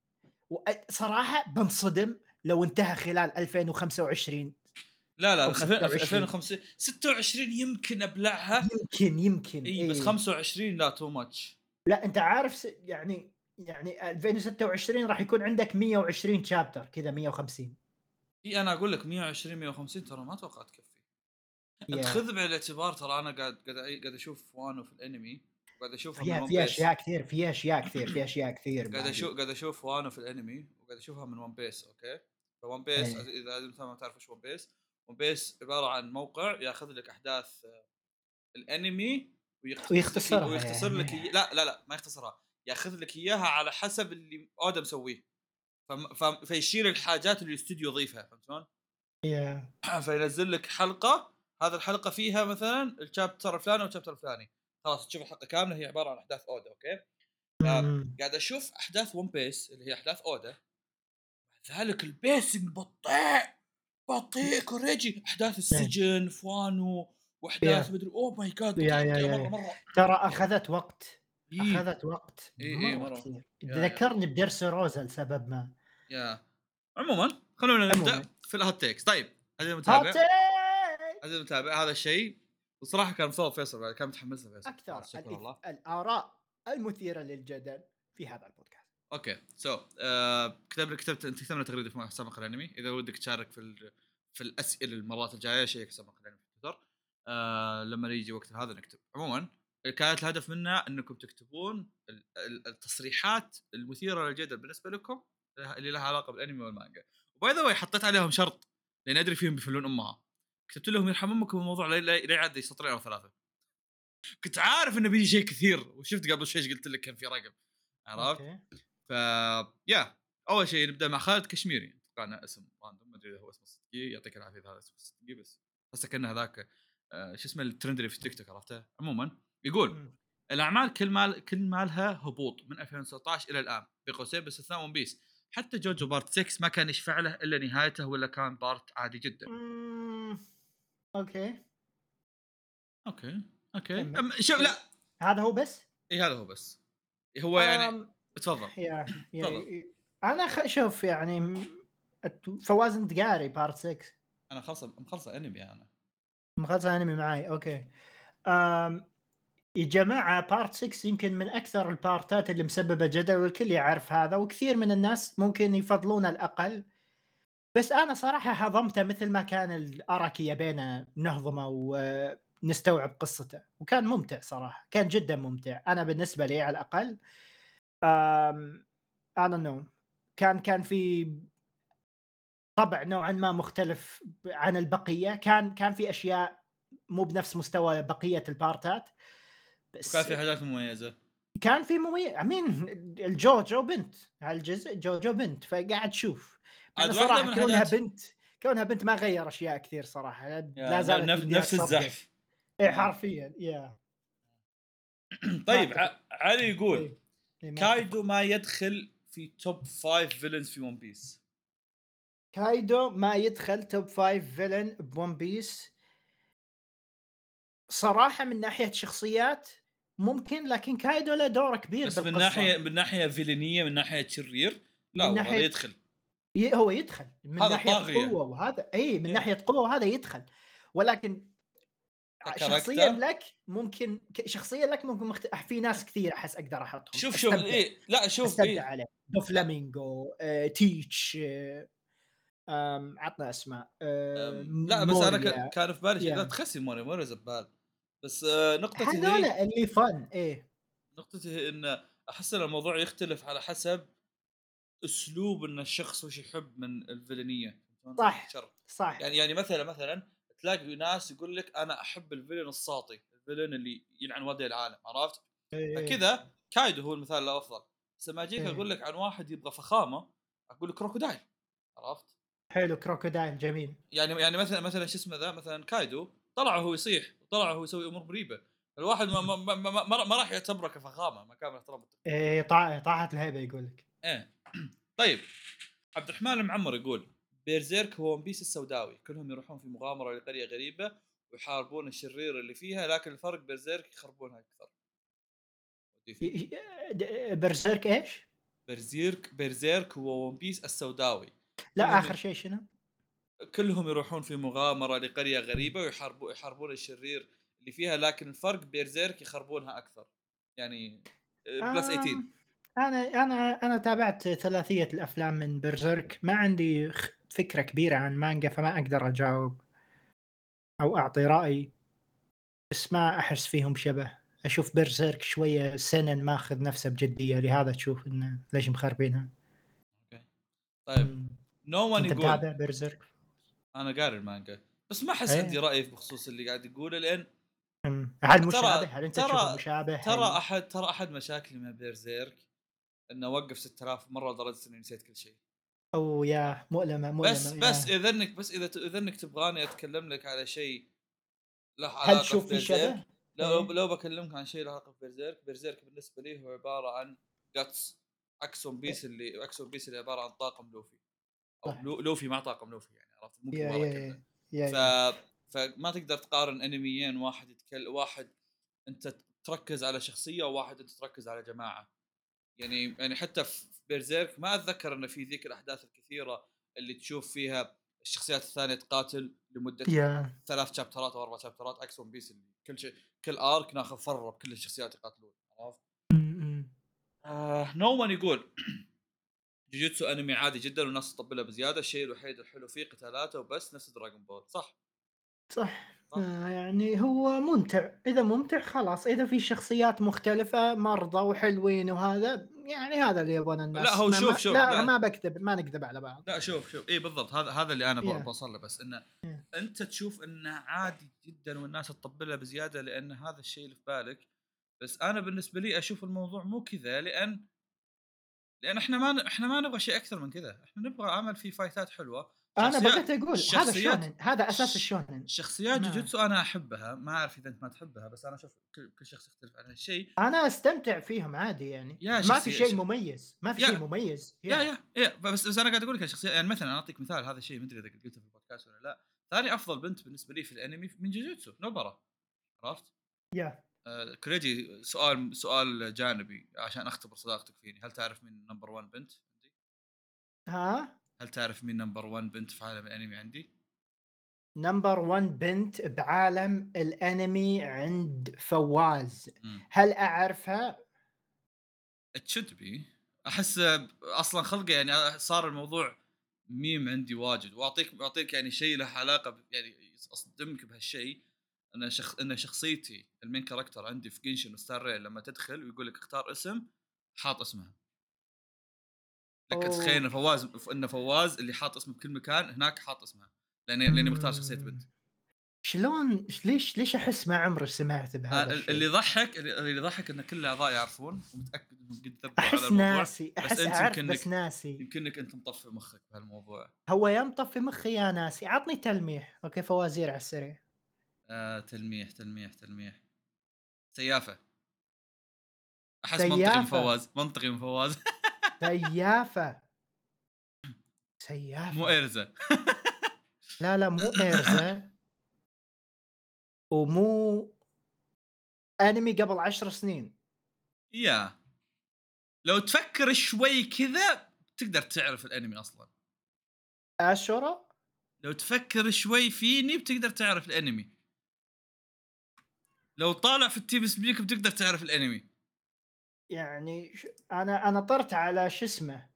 صراحه بنصدم لو انتهى خلال 2025 لا او بس 26. 2005 26 يمكن ابلعها. يمكن اي بس ايه. 25 لا تو ماتش. لا انت عارف يعني 2026 راح يكون عندك 120 شابتر كذا 150. اي انا اقول لك 120 150 ترى ما اتوقع تكفي. انت يا خذ بعين الاعتبار ترى انا قاعد اشوف وانو في الانمي، وقاعد اشوفها من فيها ون فيها بيس. اشياء كثير، فيها اشياء كثير، فيها اشياء كثير باقي. قاعد اشوف وانو في الانمي، وقاعد اشوفها من ون بيس. اوكي. فون بيس ايه. اذا انت ما تعرف ايش ون بيس، ون بيس عباره عن موقع ياخذ لك احداث الانمي ويختص لك ويختصرها ويختصر لك يعني. لا لا لا ما يختصرها، ياخذ لك اياها على حسب اللي اودا مسويه. فيشيل الحاجات اللي الاستوديو يضيفها، فهمت شلون؟ يا فينزل لك حلقه، هذا الحلقه فيها مثلا الشابتر الفلاني والشابتر الفلاني، خلاص تشوف الحلقه كامله هي عباره عن احداث اودا. اوكي. قاعد اشوف احداث ون بيس اللي هي احداث اودا، ذلك البيسنج بطيء بطيء كوريجي احداث إيه. السجن فوانو واحداث يا مدري اوه ماي جاد يا بطيئه يا بطيئه يا مره يا مره. ترى أخذت وقت، ايه أخذت وقت ايه مرة مره. كثير، يا ذكرني بدرس روزا لسبب ما. يا عموما خلونا عموما نبدا في الهوت تيكس. طيب عزيزي هات المتابع، عزيزي المتابع هذا الشيء بصراحه كان مصاب فيصل بعد، كان متحمس له فيصل صراحه، أكثر شكرا الله. الآراء المثيرة للجدل في هذا البودكاست. اوكي كتبت لنا تغريده في سابق الانمي، اذا ودك تشارك في الاسئله المرات الجايه شيء سابق الانمي في تويتر. لما يجي وقت هذا نكتب. عموما كانت الهدف منها انكم تكتبون التصريحات المثيره للجدل بالنسبه لكم اللي لها علاقه بالانمي والمانجا. وباي ذا حطيت عليهم شرط لان ادري فيهم بيفلون امها. كتبت لهم يرحم امكم الموضوع لا يعدي سطرين او ثلاثه. كنت عارف انه بيجي شيء كثير، وشفت قبل شوي قلت لك كان في رقم، عرفت؟ أوكي. ف يا اول شيء نبدا مع خالد كشميري، اتوقع اسم راندوم ما ادري اذا هو اسمه صدقي، يعطيك العافيه هذا اسمه صدقي بس بس كانه هذاك شو اسمه الترند اللي في تيك توك عرفته. عموما يقول إمم. الاعمال كل مالها هبوط من 2019 الى الان بقوسين باستثناء ون بيس. حتى جوجو بارت 6 ما كان يشفع له الا نهايته ولا كان بارت عادي جدا. إمم. أوكي. اوكي اوكي كمّل. شوف لا هذا هو بس؟ اي هذا هو بس، هو يعني آمم تفضل يا تفضل. أنا شوف يعني فواز أنت قاري part 6 انا مخلصه انمي انا. مخلص أنمي معاي، أوكي. آمم يا جماعة part 6 يمكن من أكثر البارتات اللي مسببة جدل والكل يعرف هذا، وكثير من الناس ممكن يفضلون الأقل، بس أنا صراحة هضمته مثل ما كان الأراكي يبينا نهضمه ونستوعب قصته، وكان ممتع صراحة، كان جدًا ممتع، أنا بالنسبة لي على الأقل. آمم I don't know كان في طبع نوعًا ما مختلف عن البقية، كان في أشياء مو بنفس مستوى بقية البارتات، وكان بس في حاجات مميزه. كان في I mean الجوجو بنت، هالجزء جوجو بنت، فقاعد تشوف، مع إنه عاد واحده صراحة من الحاجات كونها بنت ما غيّر أشياء كثير صراحة، لا زالت يديها نفس الصبقة، الزحف. إيه حرفيًا ما طيب أتفق، علي يقول إيه، إيه ما كايدو أتفق. ما يدخل في توب 5 فيلنز في ون بيس. كايدو ما يدخل top 5 villain بone piece صراحة من ناحية شخصيات ممكن، لكن كايدو له دور كبير بس بالقصة، من ناحيه فيلنيه، من ناحيه شرير، لا من والله هذا ناحية يدخل. هو يدخل، من هذا ناحية طاغيه. قوة وهذا من إيه. ناحية قوة وهذا يدخل، ولكن شخصيًا ككاركتر لك ممكن شخصيًا لك ممكن في ناس كثير أحس أقدر أحطهم، شوف أستمتع، ايه لا شوف أستمتع ايه. عليه، لا دوفلامينغو، تيتش، عطنا أسماء، لا بس انا موريا، كان في بالي شيء، لا يا تخسي موري زبال. بس نقطتي هذول هي، اللي fun إيه، ان احس ان الموضوع يختلف على حسب اسلوب ان الشخص وش يحب من الفيلنيه، فهمتون؟ من صح، الشر. صح، يعني مثلا تلاقي ناس يقول لك انا احب الفيلن الساطي، الفيلن اللي يلعن والدي العالم، عرفت؟ إيه، فكذا كايدو هو المثال الافضل. بس لما اجيك إيه. اقول لك عن واحد يبغى فخامه، اقول لك كروكودايل، عرفت؟ حلو كروكودايل جميل. يعني مثلا شو اسمه ذا، مثلا كايدو طلع وهو يصيح، وطلع وهو يسوي امور مريبه. الواحد ما راح يعتبره كفخامه، ما كان احترام التقدير. طاحت الهيبة يقول لك. ايه. طيب عبد الرحمن المعمر يقول بيرزيرك هو ون بيس السوداوي، كلهم يروحون في مغامره لقريه غريبه ويحاربون الشرير اللي فيها، لكن الفرق بيرزيرك يخربونها اكثر. ي ي برزيرك إيش؟ بيرزيرك هو ون بيس السوداوي، لأ كلهم آخر شيء شنو؟ كلهم يروحون في مغامره لقريه غريبه ويحاربون الشرير اللي فيها، لكن الفرق بيرزيرك يخربونها اكثر. يعني بلس 18. آمم، أنا تابعت ثلاثية الأفلام من برزيرك، ما عندي فكرة كبيرة عن مانجا، فما أقدر أجاوب أو أعطي رأي، بس ما أحس فيهم شبه، أشوف برزيرك شوية سنن ماخذ نفسه بجدية، لهذا تشوف إنه ليش مخربينها. اوكي طيب. إمم، نو ون أنت يقول متابع برزيرك؟ انا قاري المانجا بس ما احس عندي إيه، راي بخصوص اللي قاعد يقوله، لان هل مشابه؟ ترى هل أنت تشوفه ترى مشابه؟ ترى احد مشاكلي مع بيرزيرك انه وقف 6000 مره لدرجه اني نسيت كل شيء. أوه ياه! مؤلمة، مؤلمة بس ياه! اذا انك بس اذا انك تبغاني اتكلم لك على شيء له هل علاقه في تشوف في بيرزيرك، شبه؟ إيه، لو بكلمك عن شيء له علاقه في بيرزيرك، بيرزيرك بالنسبه لي هو عباره عن جاتس، عكس ون بيس اللي عباره عن طاقم لوفي. او صح. لوفي مع طاقم لوفي يعني، عرفت؟ مو كل يا مره يا كله. يا ف يا فما تقدر تقارن انميين، واحد انت تركز على شخصيه وواحد انت تركز على جماعه. يعني حتى في بيرزيرك ما اتذكر انه في ذيك الاحداث الكثيره اللي تشوف فيها الشخصيات الثانيه تقاتل لمده يا 3 شابترات او 4 شابترات، عكس ون بيس اللي كل شيء كل ارك ناخذ فره بكل الشخصيات يقاتلون، عرفت؟ م. نو يقول جوجوتسو انمي عادي جدا والناس تطبله بزياده، الشيء الوحيد الحلو فيه قتالاته وبس، نفس دراغون بول. صح صح. صح. يعني هو ممتع، اذا ممتع خلاص، اذا في شخصيات مختلفه مرضى وحلوين وهذا يعني هذا اللي يبغون لا الناس. هو شوف لا لا ما بكذب، ما نكذب على بعض. لا شوف اي بالضبط، هذا اللي انا يا بوصل له، بس انه يا. انت تشوف انه عادي جدا والناس تطبلها بزياده لان هذا الشيء اللي في بالك. بس انا بالنسبه لي اشوف الموضوع مو كذا، لان احنا ما نبغى شيء اكثر من كذا، احنا نبغى عمل فيه فايتات حلوه. انا بغيت شخصيات اقول هذا الشخصيات الشونن، هذا اساس ش- الشونن. شخصيات ما جوجوتسو انا احبها، ما اعرف اذا انت ما تحبها، بس انا اشوف كل شخص يختلف عن هالشيء. انا استمتع فيهم عادي يعني، يا ما في شخصيه شيء مميز، ما في شيء يا مميز. يا بس انا قاعد اقول لك الشخصيه، يعني مثلا اعطيك مثال، هذا الشيء ما ادري اذا قلته في البودكاست ولا لا. ثاني افضل بنت بالنسبه لي في الانمي من جوجوتسو نوبرا، عرفت؟ يا كريجي، سؤال جانبي عشان اختبر صداقتك فيني، هل تعرف مين نمبر 1 بنت عندي؟ ها هل تعرف مين نمبر 1 بنت في عالم الانمي عندي؟ نمبر 1 بنت بعالم الانمي عند فواز، امم هل اعرفها؟ تشد بي، احس اصلا خلقه يعني صار الموضوع ميم عندي واجد، واعطيك يعني شيء له علاقه يعني اصدمك بهالشيء. ان شخصيتي المين كاركتر عندي في جنشن وستار ريل لما تدخل ويقول لك اختار اسم، حاط اسمها. لك تتخيل اوه. ان فواز اللي حاط اسمه بكل مكان هناك حاط اسمها، لاني مختار شخصيه بنت. شلون ليش احس ما عمري سمعت بهذا اللي الشيء؟ يضحك اللي يضحك ان كل الاعضاء يعرفون ومتاكد انهم قد ذبوا على احس الموضوع. ناسي، بس احس انت اعرف بس يمكنك ناسي. يمكنك انت مطفي مخك بهالموضوع. هو ينطف في مخي يا ناسي، عطني تلميح. اوكي فوازير على السريع. تلميح. سيافه. احس سيافة. منطقي من فواز. سيافة. مو سيافة. ارزه. لا لا مو إيرزا، ومو انمي قبل 10 سنين. يا لو تفكر شوي كذا تقدر تعرف الانمي اصلا. اشورا. لو تفكر شوي فيني بتقدر تعرف الانمي. لو طالع في التيم سبيك بتقدر تعرف الانمي. يعني انا طرت على شو اسمه.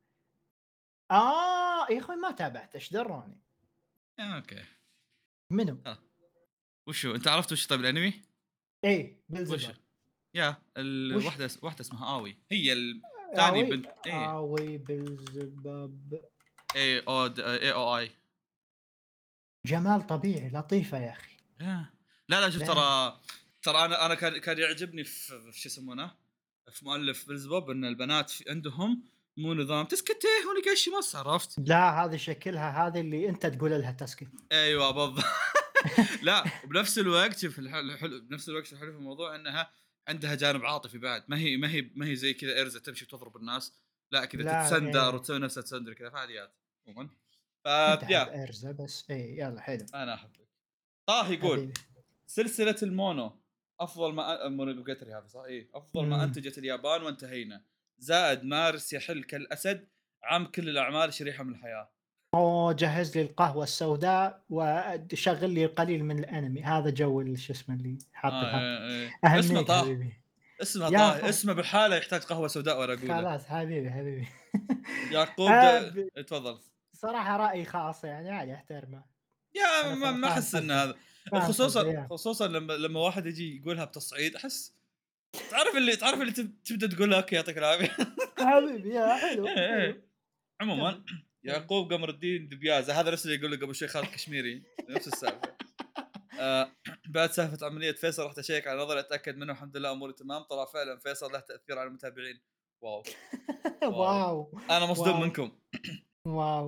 يا اخوي ما تابعت، ايش دروني اوكي. منو؟ وشو انت عرفت وش طيب الانمي؟ ايه وش بلزبر. يا وش الوحده اسمها اوي، هي الثاني اوي بنت ايه. اوي بلزبب. اي او اي. جمال طبيعي لطيفة يا اخي. لا شوف، لا ترى انا كان يعجبني في شو يسمونه، في مؤلف بلزبوب، ان البنات عندهم مو نظام تسكتي هوني قش مص، عرفت؟ لا هذه شكلها، هذه اللي انت تقول لها تسكت. ايوه بالضبط. لا وبنفس الوقت شوف بنفس الوقت الحلو في الموضوع انها عندها جانب عاطفي بعد، ما هي زي كذا ارزه تمشي وتضرب الناس، لا كذا لا تتسندر ايه وتسوي نفسها تسندر كذا فعاليات عموما. انت احب يا ارزة بس. ايه يلا حلو. انا احبك. طه يقول حبيبي. سلسله المونو افضل ما مونوجاتري هذا صح؟ ايه افضل ما امم انتجت اليابان وانتهينا. زائد مارس يحل كالاسد، عم كل الاعمال شريحه من الحياه. اوه جهز لي القهوة السوداء وشغل لي القليل من الانمي، هذا جو شو اسمه اللي حاط الهب. اسمه اهنيك طه. حبيبي. اسمه يا طه، اسمه بحاله يحتاج قهوه سوداء وانا اقوله. خلاص حبيبي حبيبي. يعقوب ده تفضل. صراحة رأي خاص يعني عادي احترمه. يا انا ما فاهم احس ان قصدك. هذا، فاهم قصدك وخصوصا يا خصوصا لما واحد يجي يقولها بتصعيد، احس تعرف اللي تبدا تقول اوكي يعطيك العافيه. حبيبي يا حلو إيه، حلو. إيه. عموما كمل. كمل. يعقوب قمر الدين دبيازه، هذا نفس اللي يقول لك قبل شوي خالد كشميري، نفس السالفه. بعد سالفه عمليه فيصل رحت اشيك على نظري اتاكد منه، الحمد لله اموري تمام، طلع فعلا فيصل له تاثير على المتابعين. واو. واو. واو. انا مصدوم واو. منكم. واو.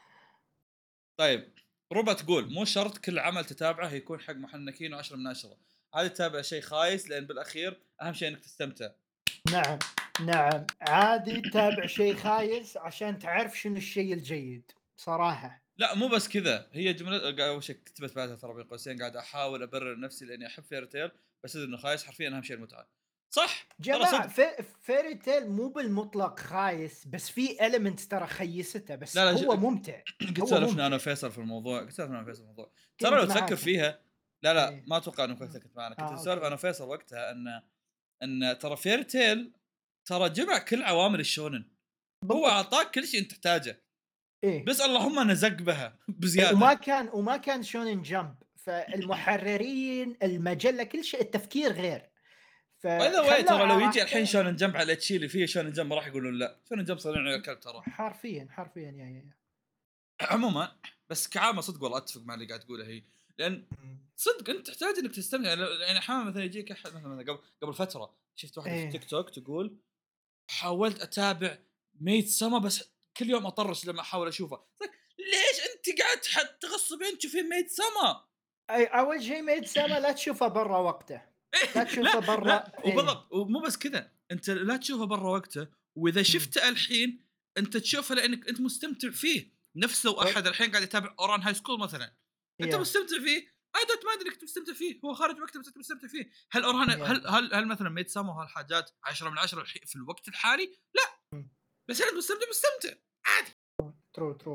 طيب ربع تقول مو شرط كل عمل تتابعه يكون حق محنكين و10 من 10، عادي تتابع شيء خايس لان بالاخير اهم شيء انك تستمتع. نعم. نعم عادي تتابع شيء خايس عشان تعرف شنو الشيء الجيد. صراحه. لا مو بس كذا، هي جمله اول شيء كتبت بعدها ترى بين قوسين قاعد احاول ابرر نفسي لاني احب فير تيل بس انه خايس حرفيا اهم شيء المتعه. صح ترى جماعه صدق. فيري تيل مو بالمطلق خايس، بس في المنتس ترى خيسته، بس لا هو ممتع. قد هو سولفنا انا ممتع. وفيصل في الموضوع، قد سولفنا انا وفيصل في الموضوع. ترى كنت لو تفكر معاك. فيها، لا ايه. ما اتوقع انك وقتها كنت معنا، كنت نسولف اوكي. انا وفيصل وقتها ان ترى فير تيل ترى جمع كل عوامل الشونن، هو بالضبط. اعطاك كل شيء انت تحتاجه، ايه. بس اللهم نزق بها إيه، بزياده. وما كان شونن جمب، فالمحررين المجله كل شيء التفكير غير، باي ذا واي فخلوه ترى لو على يجي الحين راحته. شونن جمب على الاتشي اللي فيه شونن جمب ما راح يقولون لا، شونن جمب صنعوا على الكلب ترى. حرفيا حرفيا يا. عموما بس كعامه صدق والله اتفق مع اللي قاعد تقوله هي، لان صدق انت تحتاج انك تستمتع. يعني احيانا مثلا يجيك احد مثلا قبل فتره شفت واحده في ايه. تيك توك تقول حاولت اتابع ميت سما بس كل يوم اطرش لما احاول اشوفه. طيب ليش انت قاعد تغصبين تشوفين ميت سما؟ اي اول شيء ميد سما لا تشوفه برا وقته. لا تشوفه لا برا. لا ايه. وبالضبط ومو بس كذا، انت لا تشوفه برا وقته، واذا مم. شفته الحين انت تشوفه لانك انت مستمتع فيه. نفس لو احد الحين قاعد يتابع اوران هاي سكول مثلا، انت يا. مستمتع فيه، اي دونت مايند انك مستمتع فيه، هو خارج وقته بس انت مستمتع فيه. هل اوران يا. هل مثلا ميد سما وهالحاجات 10 من 10 في الوقت الحالي؟ لا، بس انت مستمتع عادي. ترو.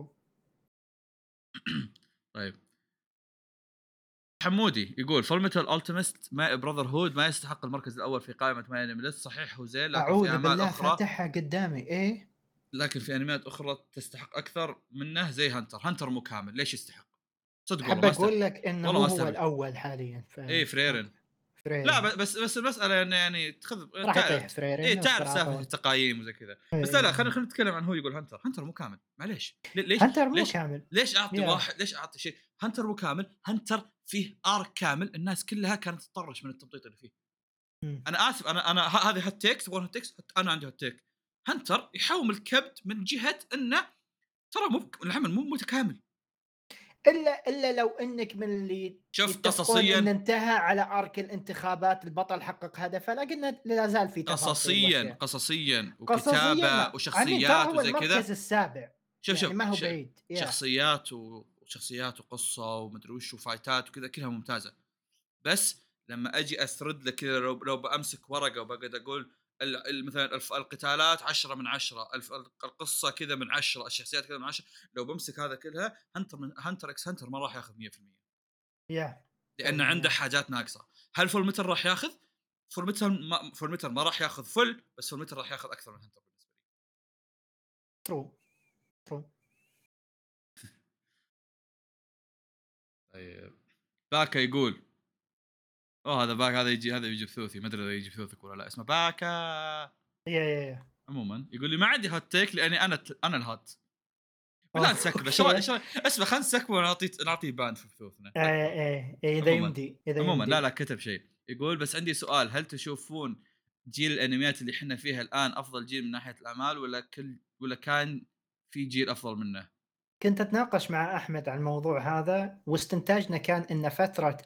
طيب حمودي يقول فولميتال التيمست ما براذر هود ما يستحق المركز الاول في قائمه ماي انمي ليست. صحيح هو زين لكن في اعوذ اعمال بالله اخرى، فاتحها قدامي. ايه. لكن في انميات اخرى تستحق اكثر منه زي هانتر مو كامل. ليش يستحق؟ صدق والله حاب ما استوعب، اقول لك انه والله ما هو استوعب. الاول حاليا. ايه فريرن. اوكي. لا فريرين. بس المساله يعني تاخذ راح يطيح ايه فريرين بس تعرف براءة سالفه طول. التقايم وزي كذا. بس لا إيه. خلينا نتكلم عن هو يقول هانتر مو كامل. معليش ليش هانتر مو ليش كامل. ليش اعطي يا. واحد، ليش اعطي شيء هانتر مو كامل؟ هانتر فيه ارك كامل الناس كلها كانت تطرش من التمطيط اللي فيه. مم. انا اسف، انا هذه هات تيك تبغون هات تيك، انا عندي هات تيك. هانتر يحوم الكبت من جهه انه ترى مو العمل مو متكامل. الا لو انك من اللي شوف يتفقون ان قصصيا، انتهى على ارك الانتخابات، البطل حقق هدفه، لكن لا زال في تفاصيل واشياء. قصصيا قصصيا وكتابه لا، امين ترى وشخصيات هو وزي المركز كذا. السابع. شوف يعني ما هو بعيد. يا. شخصيات وشخصيات وقصه ومدري وش وفايتات وكذا كلها ممتازه. بس لما اجي اسرد لك كذا، لو بامسك ورقه وبقعد اقول مثلا القتالات 10 من 10، القصه كذا من 10، الشخصيات كذا من 10، لو بمسك هذا كلها هانتر اكس هانتر ما راح ياخذ 100%، يا. لان فعلا عنده يا. حاجات ناقصه. هل فول متر راح ياخذ؟ فول متر ما راح ياخذ فل، بس فول متر راح ياخذ اكثر من هانتر بالنسبه لي. ترو. ترو. طيب باكا يقول هذا باكا، هذا يجي بثوثي، ما ادري اذا يجي بثوثك ولا لا، اسمه باكا. يا. عموما يقول لي ما عندي هوت تيك لاني انا الهات. بالله نسكبه اوكي. اسمه خلينا نسكبه ونعطيه باند في بثوثنا. ايه سكبه. ايه إيه، اذا عموما يمدي اذا عموما لا يمدي. كتب شيء يقول بس عندي سؤال، هل تشوفون جيل الانميات اللي احنا فيها الان افضل جيل من ناحيه الاعمال ولا كان في جيل افضل منه؟ كنت اتناقش مع احمد عن الموضوع هذا، واستنتاجنا كان ان فتره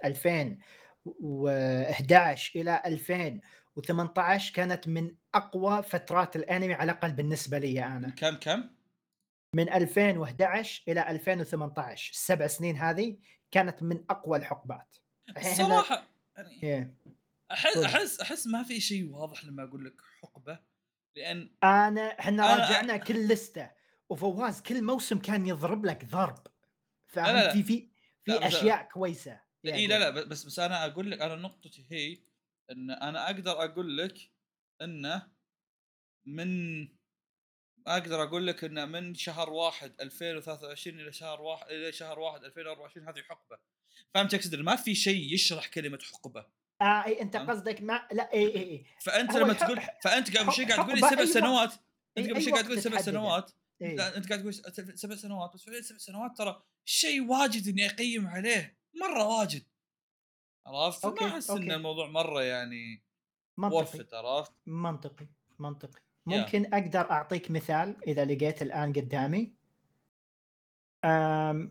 2011 الى 2018 كانت من اقوى فترات الانمي، على الاقل بالنسبه لي من انا. كم من 2011 الى 2018، السبع سنين هذه كانت من اقوى الحقبات. الحين احنا. الصراحه يعني إيه. احس قول. احس ما في شيء واضح لما اقول لك حقبه، لان احنا انا راجعنا كل لسته، وفواز كل موسم كان يضرب لك ضرب. لا فاهم؟ لا لا لا في بس اشياء كويسه. يا اي لا قول. لا بس انا اقول لك، انا نقطتي هي ان انا اقدر اقول لك انه من اقدر اقول لك انه من شهر 1 2023 الى شهر 1 2024 هذه حقبه. فهمت اقصد؟ ما في شيء يشرح كلمه حقبه. إيه، انت فهمت؟ قصدك ما لا اي. فانت هو لما تقول، فانت قبل شيء قاعد تقول لي حقبه سبع اي سنوات، وقت. انت قبل اي شيء قاعد وقت تقول سبع تحدده. سنوات، اي. لا انت قاعد تقول 7 سنوات، بس فعليا 7 سنوات ترى شيء واجد اني اقيم عليه مره واجد. عرفت؟ ما اوكي. احس ان اوكي. الموضوع مره يعني منطقي. ورفت. عرفت؟ منطقي. منطقي. يا ممكن اقدر اعطيك مثال اذا لقيت الان قدامي. أم...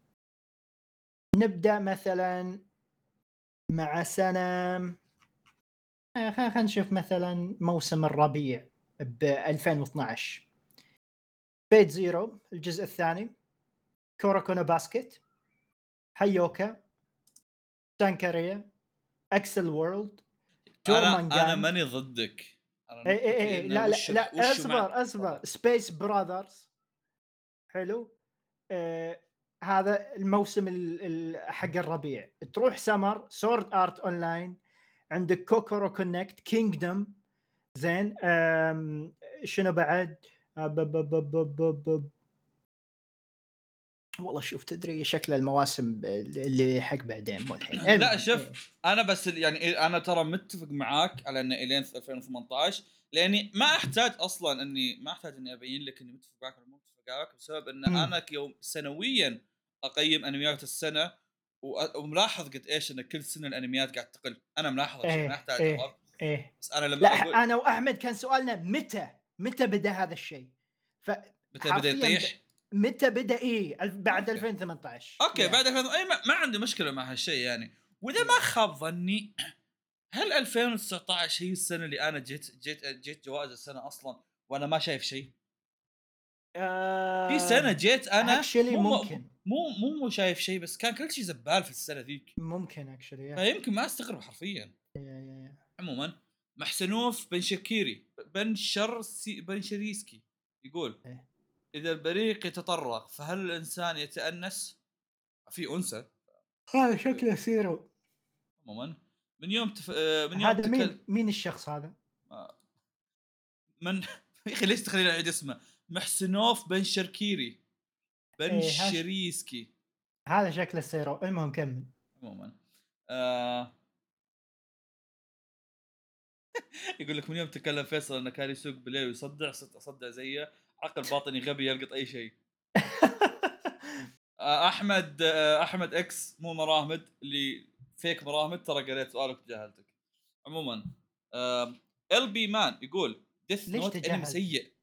نبدا مثلا مع سنه. خلينا نشوف مثلا موسم الربيع ب 2012. بيت زيرو الجزء الثاني. كوراكونا باسكت، هايوكا، سانكاريا، اكسل وورلد، انا جورمانجاند. ماني ضدك، انا اي اي نقطتي اي انه لا لا وش لا، وش مع اصبر تفضل. سبيس براذرز. حلو. هذا الموسم حق الربيع. تروح سمر سورد ارت اونلاين، عندك كوكورو كونكت، كينجدم. زين. شنو بعد؟ والله شوف، تدري شكل المواسم اللي حق بعدين مو الحين. لا المهم شوف، انا بس يعني انا ترى متفق معاك على انه الين 2018، لاني ما احتاج اصلا ما احتاج اني ابين لك اني متفق معاك ولا مو متفق معاك، بسبب ان انا يوم سنويا اقيم انميات السنه وملاحظ قد ايش ان كل سنه الانميات قاعد تقل. انا ملاحظ هالشيء، ما احتاج عرفت. ايه. بس انا لا، لما اقول انا واحمد كان سؤالنا متى بدا هذا الشيء. بدا فحرفيا يطيح. متى بدا؟ ايه، بعد اوكي 2018. اوكي بعد اي ما عندي مشكله مع هالشيء يعني. واذا ما خاب ظني، هل 2019 هي السنه اللي انا جيت جوائز السنه اصلا وانا ما شايف شيء؟ في سنه جيت انا اكشلي ممكن. مو شايف شيء، بس كان كل شيء زبال في السنه ذيك. ممكن اكشلي. فيمكن ما استغرب حرفيا. عموما محسنوف بنشريسكي يقول: اذا البريق يتطرق فهل الانسان يتأنس؟ في انثى هذا شكله سيرو. عموما من يوم هذا مين الشخص هذا؟ من يا اخي ليش تخليني اعيد اسمه؟ محسنوف بنشركيري بنشريسكي. هذا شكله سيرو. المهم كمل. عموما يقول لك: من يوم تكلم فيصل انه كان يسوق بالليل ويصدع، صرت اصدع زيه، عقل باطني غبي يلقط اي شيء. احمد اكس مو مراهمد، اللي فيك مراهمد، ترى قريت سؤالك وتجاهلتك. عموما ال بي مان يقول: ديث ليش نوت انمي تجاهلت؟ سيء.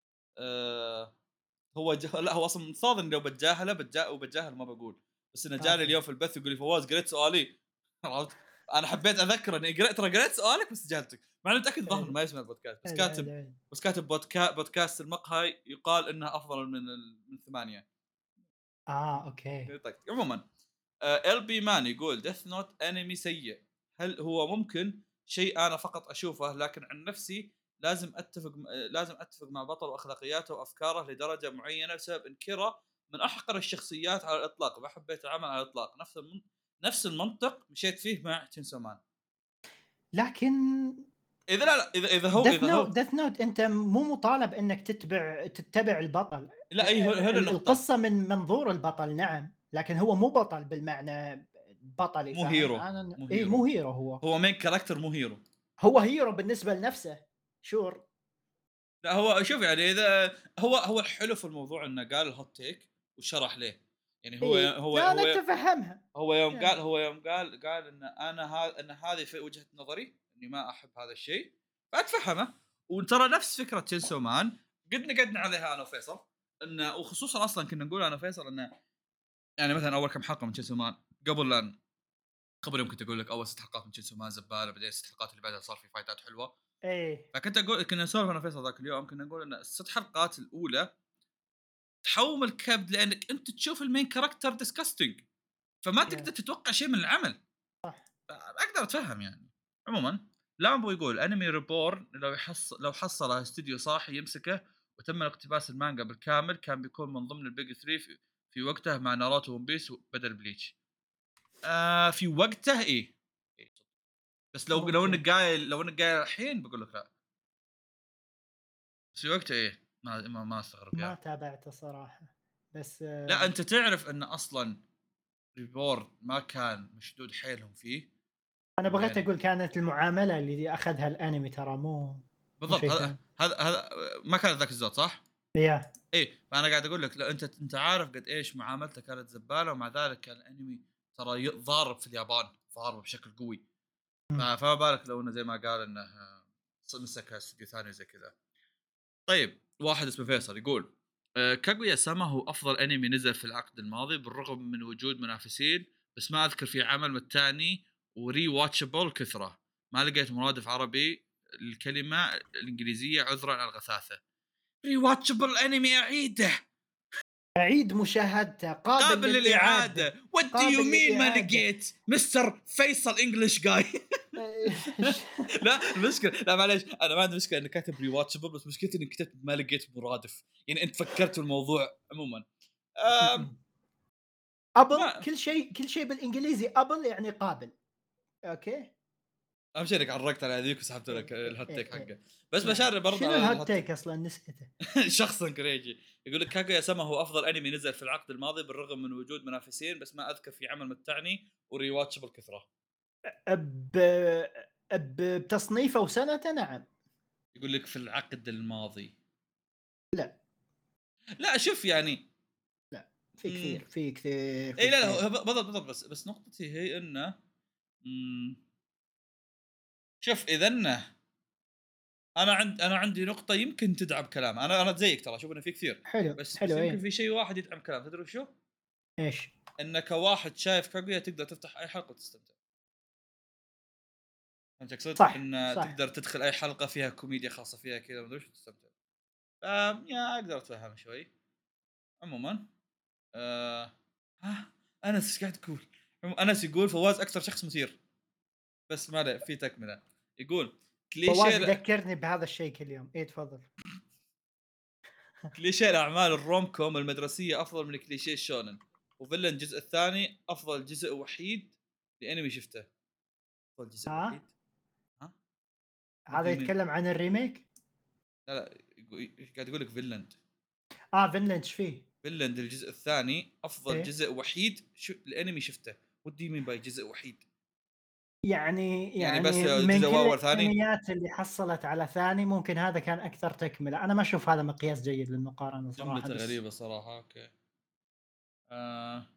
لا هو اصلا صادم لو بتجاهل ما بقول، بس انه جاني اليوم في البث يقول لي: فواز قريت سؤالي. عرفت؟ انا حبيت اذكر اني قريت سؤالك بس جاهلتك، مع اني متاكد ظهر ما يسمع البودكاست، بس كاتب بودكاست المقهى يقال انها افضل من 8. اوكي. طيب عموما ال بي مان يقول: ديث نوت انمي سيء. هل هو ممكن شيء انا فقط اشوفه؟ لكن عن نفسي لازم اتفق مع بطل واخلاقياته وافكاره لدرجه معينه، بسبب ان كيرا من احقر الشخصيات على الاطلاق، ما حبيت العمل على الاطلاق. نفس المنطق مشيت فيه مع تشينسو مان. لكن اذا لا اذا هو ديث نوت انت مو مطالب انك تتبع البطل. لا اي هنا النقطه. القصه من منظور البطل، نعم، لكن هو مو بطل بالمعنى بطلي، مو فاهم؟ هيرو انا مو اي هيرو مو هيرو. هو مين كاركتر، مو هيرو. هو هيرو بالنسبه لنفسه. شور. لا هو شوف يعني، اذا هو الحلو في الموضوع انه قال الهوت تيك وشرح ليه. يعني انا اتفهمها. هو يوم قال ان هذه في وجهة نظري، اني ما احب هذا الشيء، فاتفهمه. وترى نفس فكره تشينسو مان قدنا عليها انا وفيصل، انه وخصوصا اصلا كنا نقول انا وفيصل انه يعني مثلا اول كم حلقه من تشينسو مان قبل يوم كنت اقول لك اول 6 حلقات من تشينسو مان زباله، بعدين 6 حلقات اللي بعدها صار في فايتات حلوه. ايه. كنا نسولف انا وفيصل ذاك اليوم، كنا نقول ان ال6 حلقات الاولى تحوم الكبد، لانك انت تشوف المين كاركتر ديسكاستنج، فما تقدر تتوقع شيء من العمل. صح. اقدر اتفهم يعني. عموما لامبو يقول: انمي ريبورن لو حصل استوديو صاحي يمسكه وتم اقتباس المانجا بالكامل، كان بيكون من ضمن البيج 3 في وقته، مع ناروتو ون بيس بدل بليتش. في وقته إيه. بس لو انك قايل الحين بقول لك لا، بس في وقته ايه ما استغرب ما يعني. تابعته صراحه، بس لا انت تعرف ان اصلا ريبورن ما كان مشدود حيلهم فيه. انا بغيت يعني اقول كانت المعامله اللي اخذها الانمي ترى مو بالضبط، شيء هذا ثاني. هذا ما كان ذاك الزود صح؟ يا ايه فانا قاعد اقول لك، لا انت عارف قد ايش معاملته كانت زباله، ومع ذلك كان الانمي ترى ضارب في اليابان، ضارب بشكل قوي. فما بالك لو انه زي ما قال انه مسك استوديو ثاني زي كذا. طيب واحد اسمه فيصل يقول: كاغويا ساما هو افضل انمي نزل في العقد الماضي بالرغم من وجود منافسين، بس ما اذكر في عمل متاني وري واتشبل كثره. ما لقيت مرادف عربي الكلمه الانجليزيه، عذرا على الغثاثه. ري واتشبل انمي اعيده. اعيد مشاهدته، قابل قابل للاعاده. للإعادة. what do you قابل mean ما للاعاده. لقيت مستر فيصل انجلش جاي؟ لا المشكلة، لا معليش انا ما عندي مشكلة اني كاتب ري واتشبل، بس مشكلتي اني كتبت ما لقيت مرادف. يعني انت فكرت في الموضوع عموما. ابل، ما كل شيء بالانجليزي ابل يعني قابل. اوكي. اهم شيء انك عرقت على هذيك وسحبت لك إيه إيه الهوت إيه تيك حقه. إيه. بس نعم، بشارك برضه شنو على الهوت الهوت تيك اصلا نسيته؟ شخص كريجي يقول لك كاغويا سما هو افضل انمي نزل في العقد الماضي بالرغم من وجود منافسين، بس ما اذكر في عمل متعني وريواتشبل كثره. ب... بتصنيفه وسنته، نعم. يقول لك في العقد الماضي. لا لا شوف يعني. لا، في مم. كثير في كثير اي في لا لا كثير. بالضبط بس نقطتي هي انه مم. شوف اذا انه انا عندي نقطه يمكن تدعم كلام، انا زيك ترى اشوف انه في كثير. حلو بس حلو، يمكن ايه. في شيء واحد يدعم كلام، تدري شو؟ ايش؟ انك واحد شايف كاغويا تقدر تفتح اي حلقه وتستمتع. فهمت اقصد؟ صح ان صح. تقدر تدخل اي حلقه فيها كوميديا خاصه فيها كذا ما ادري وش وتستمتع. يا اقدر اتفهم شوي. عموما آه ها انس ايش قاعد تقول؟ انس يقول فواز اكثر شخص مثير. بس ما عليه في تكمله. يقول فواز كليشيه يذكرني بهذا الشيء كل يوم. ايه تفضل. كليشيه الاعمال الروم كوم المدرسيه افضل من كليشيه الشونن. وفيلن الجزء الثاني افضل جزء وحيد لانمي شفته. افضل جزء ها، وحيد؟ ها؟ وات هذا دو يو مين؟ يتكلم عن الريميك. لا قاعد يقول لك فينلاند. فينلاند فيه. فينلاند الجزء الثاني افضل ايه، جزء وحيد الانمي شفته. وات دو يو مين باي جزء وحيد؟ يعني يعني بس من جزء كل اول ثاني. الانميات اللي حصلت على ثاني ممكن هذا كان اكثر تكمله. انا ما اشوف هذا مقياس جيد للمقارنه صراحه، جملته بس غريبه صراحه. اوكي. آه...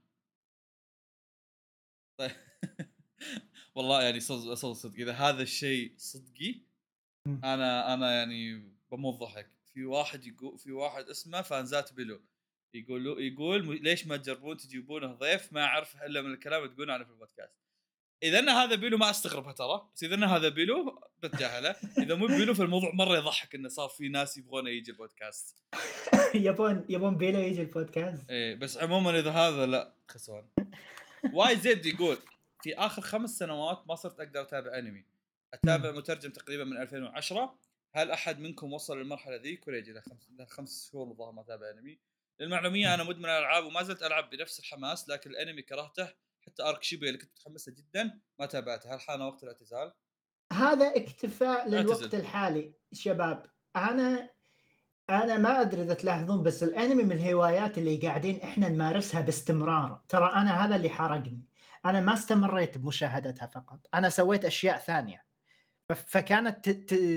طيب والله يعني صدق اذا هذا الشيء صدقي مم. انا يعني بموت ضحك. في واحد يقول، في واحد اسمه فانزات بيلو يقول ليش ما تجربون تجيبونه ضيف ما اعرف الا من الكلام اللي تقولونه عنه في البودكاست. اذا ان هذا بيلو ما استغربها ترى، بس اذا ان هذا بيلو بتجاهله. اذا مو بيلو فالموضوع مره يضحك انه صار في ناس يبغونه يجي البودكاست. يبون بيلو يجي البودكاست. ايه بس عموما اذا هذا لا خسوان. واي زد يقول في اخر 5 سنوات ما صرت اقدر اتابع انمي. اتابع مم. مترجم تقريبا من 2010. هل احد منكم وصل للمرحله ذي؟ كوريجي له 5 شهور الظاهر ما اتابع انمي. للمعلوميه انا مدمن الالعاب وما زلت العب بنفس الحماس، لكن الانمي كرهته. حتى ارك شيبويا اللي كنت متحمسه جدا ما تابعته. هل حان وقت الاعتزال؟ هذا اكتفاء اعتزل. للوقت الحالي شباب. انا ما ادري اذا تلاحظون، بس الانمي من الهوايات اللي قاعدين احنا نمارسها باستمرار. ترى انا هذا اللي حرقني. انا ما استمريت بمشاهدتها فقط، انا سويت اشياء ثانيه. فكانت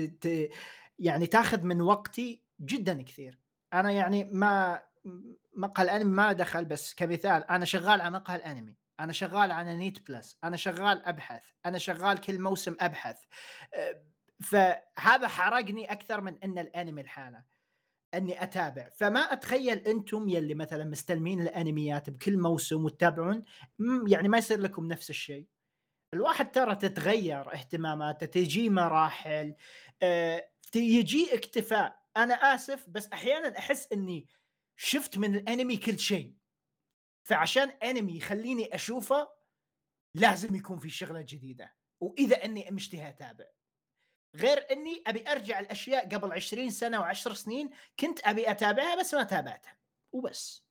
يعني تاخذ من وقتي جدا كثير. انا يعني ما مقهى الانمي ما دخل، بس كمثال انا شغال على مقهى الانمي، انا شغال على نيت بلس، انا شغال ابحث، انا شغال كل موسم ابحث. أه، فهذا حرقني اكثر من ان الانمي الحالة اني اتابع. فما اتخيل انتم يلي مثلا مستلمين الانميات بكل موسم وتتابعون، يعني ما يصير لكم نفس الشيء. الواحد ترى تتغير اهتماماته، تجي مراحل، يجي اكتفاء. انا اسف بس احيانا احس اني شفت من الانمي كل شيء، فعشان انمي يخليني اشوفه لازم يكون في شغله جديده، واذا اني مشتهي اتابع. غير اني ابي ارجع الاشياء قبل 20 سنه و10 سنين كنت ابي اتابعها بس ما تابعتها وبس.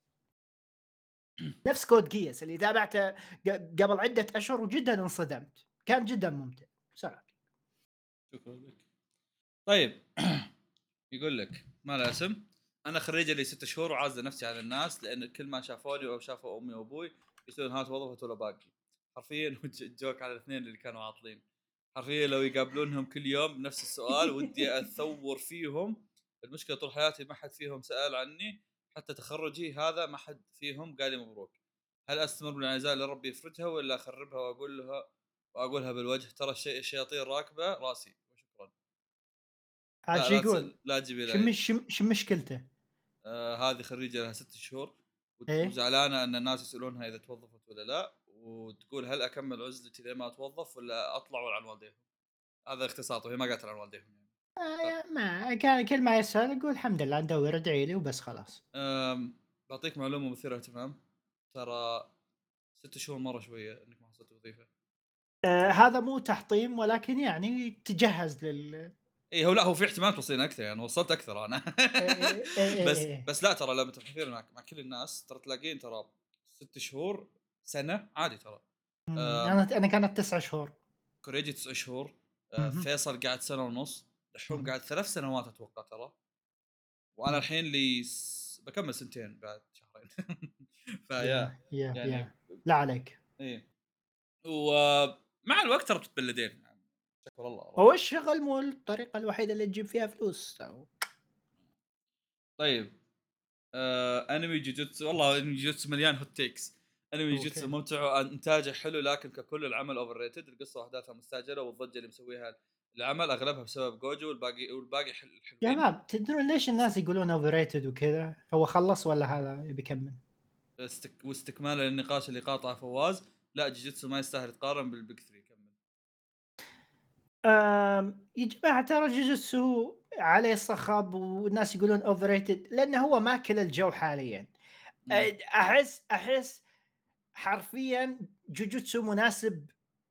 نفس كود جياس اللي تابعته قبل عده اشهر وجدا انصدمت، كان جدا ممتع. سلام. شكرا لك. طيب يقول لك ما له اسم. انا خريج لي 6 شهور وعازل نفسي على الناس لان كل ما شافوني او شافوا امي وابوي يسالون ها توظفت ولا باقي. حرفيا جوك على الاثنين اللي كانوا عاطلين. حرفيا لو يقابلونهم كل يوم بنفس السؤال ودي اثور فيهم. المشكله طول حياتي ما حد فيهم سال عني، حتى تخرجي هذا ما حد فيهم قال لي مبروك. هل استمر بالانعزال اللي ربي يفرجها ولا اخربها واقولها بالوجه ترى الشياطين راكبه راسي وشكرا. عاد لا شو يقول؟ لا تجيب شو الي. شو شو مشكلته؟ هذه خريجة لها 6 شهور ايه. وزعلانة أن الناس يسألونها إذا توظفت ولا لا، وتقول هل أكمل عزلتي لين ما أتوظف ولا أطلع عن والديهم. هذا اختصاصه، هي ما قالت عن والديهم يعني. ما كان كل ما يسأل يقول الحمد لله ندور ادعي لي وبس خلاص. بعطيك معلومه مثيره اهتمام، ترى 6 شهور مره شويه انك ما حصلت وظيفه. هذا مو تحطيم ولكن يعني تجهّز لل اي هو لا هو في احتمال توصلين اكثر، يعني وصلت اكثر انا. بس إيه. لا ترى لما تحكي مع كل الناس ترى تلاقين ترى 6 شهور سنه عادي ترى. أنا كانت 9 شهور. كوريجي 9 شهور. اهم، فيصل قاعد سنه ونص. دحوم اهم. قاعد 3 سنوات اتوقع ترى. وانا إمم. الحين لي بكمل سنتين بعد شهرين. فيا يا يعني لا عليك. ايه. ومع الوقت ترى بتبلدين يعني. شكر الله عرفت. هو الشغل مو الطريقة الوحيدة اللي تجيب فيها فلوس طيب انمي جوجوتسو، والله انمي جوجوتسو مليان هوت تيكس. انمي جوجوتسو أوكي. ممتع وانتاجه حلو، لكن ككل العمل اوفر ريتد. القصه واحداثها مستعجله، والضجه اللي مسويها العمل اغلبها بسبب جوجو، والباقي حلوين. شباب تدرون ليش الناس يقولون overrated وكذا؟ هو خلّص والّا هذا يبي يكمل؟ واستكمالا للنقاش اللي قاطعه فواز، لا جوجوتسو ما يستاهل يتقارن بالبيج 3. كمل. يا جماعة ترى جوجوتسو عليه صخب والناس يقولون overrated لأنه هو ماكل الجو حاليًا. مم. أحس حرفيًا جوجوتسو مناسب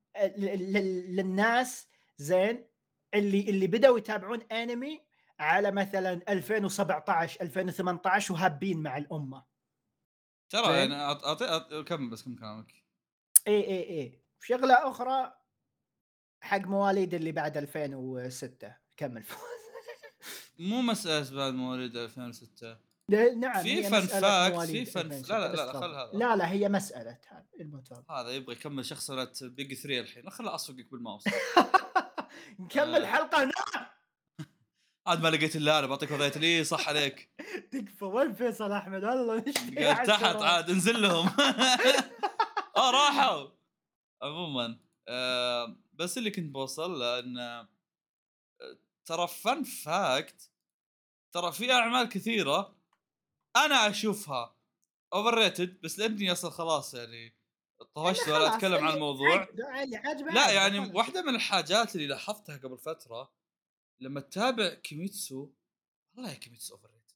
للناس زين اللي بدأوا يتابعون أنمي على مثلًا 2017، 2018 وهابين مع الأمة. ترى يعني زين؟ كمل بس كم كلامك. إيه. شغلة أخرى حق مواليد اللي بعد 2006 كمّل فواز. مو مسألة بعد مواليد 2006. نعم في هي فن مسألة فاكت في مواليد فن 2006 بس لا خل تفضل. هذا. لا هي مسألة هذا المهم. هذا يبغى يكمل شخصية بيج 3 الحين، خله اصفقك بالماوس. نكمّل آه حلقة عاد ما لقيت الا انا بعطيك وضعية لي صح عليك. تكفى وين فيصل أحمد والله نشتي قال على تحت التراب. عاد انزل لهم. راحوا. عموما بس اللي كنت بوصل له ان ترى فن فاكت، ترى في اعمال كثيره انا اشوفها اوفر ريتد، بس لاني اصلا خلاص يعني لأنه طفشت ولا خلاص اتكلم عن الموضوع. اللي عاجبه لا عاجبه يعني خلاص. واحده من الحاجات اللي لاحظتها قبل فتره لما تتابع كيميتسو، والله يا كيميتسو اوفر ريتد.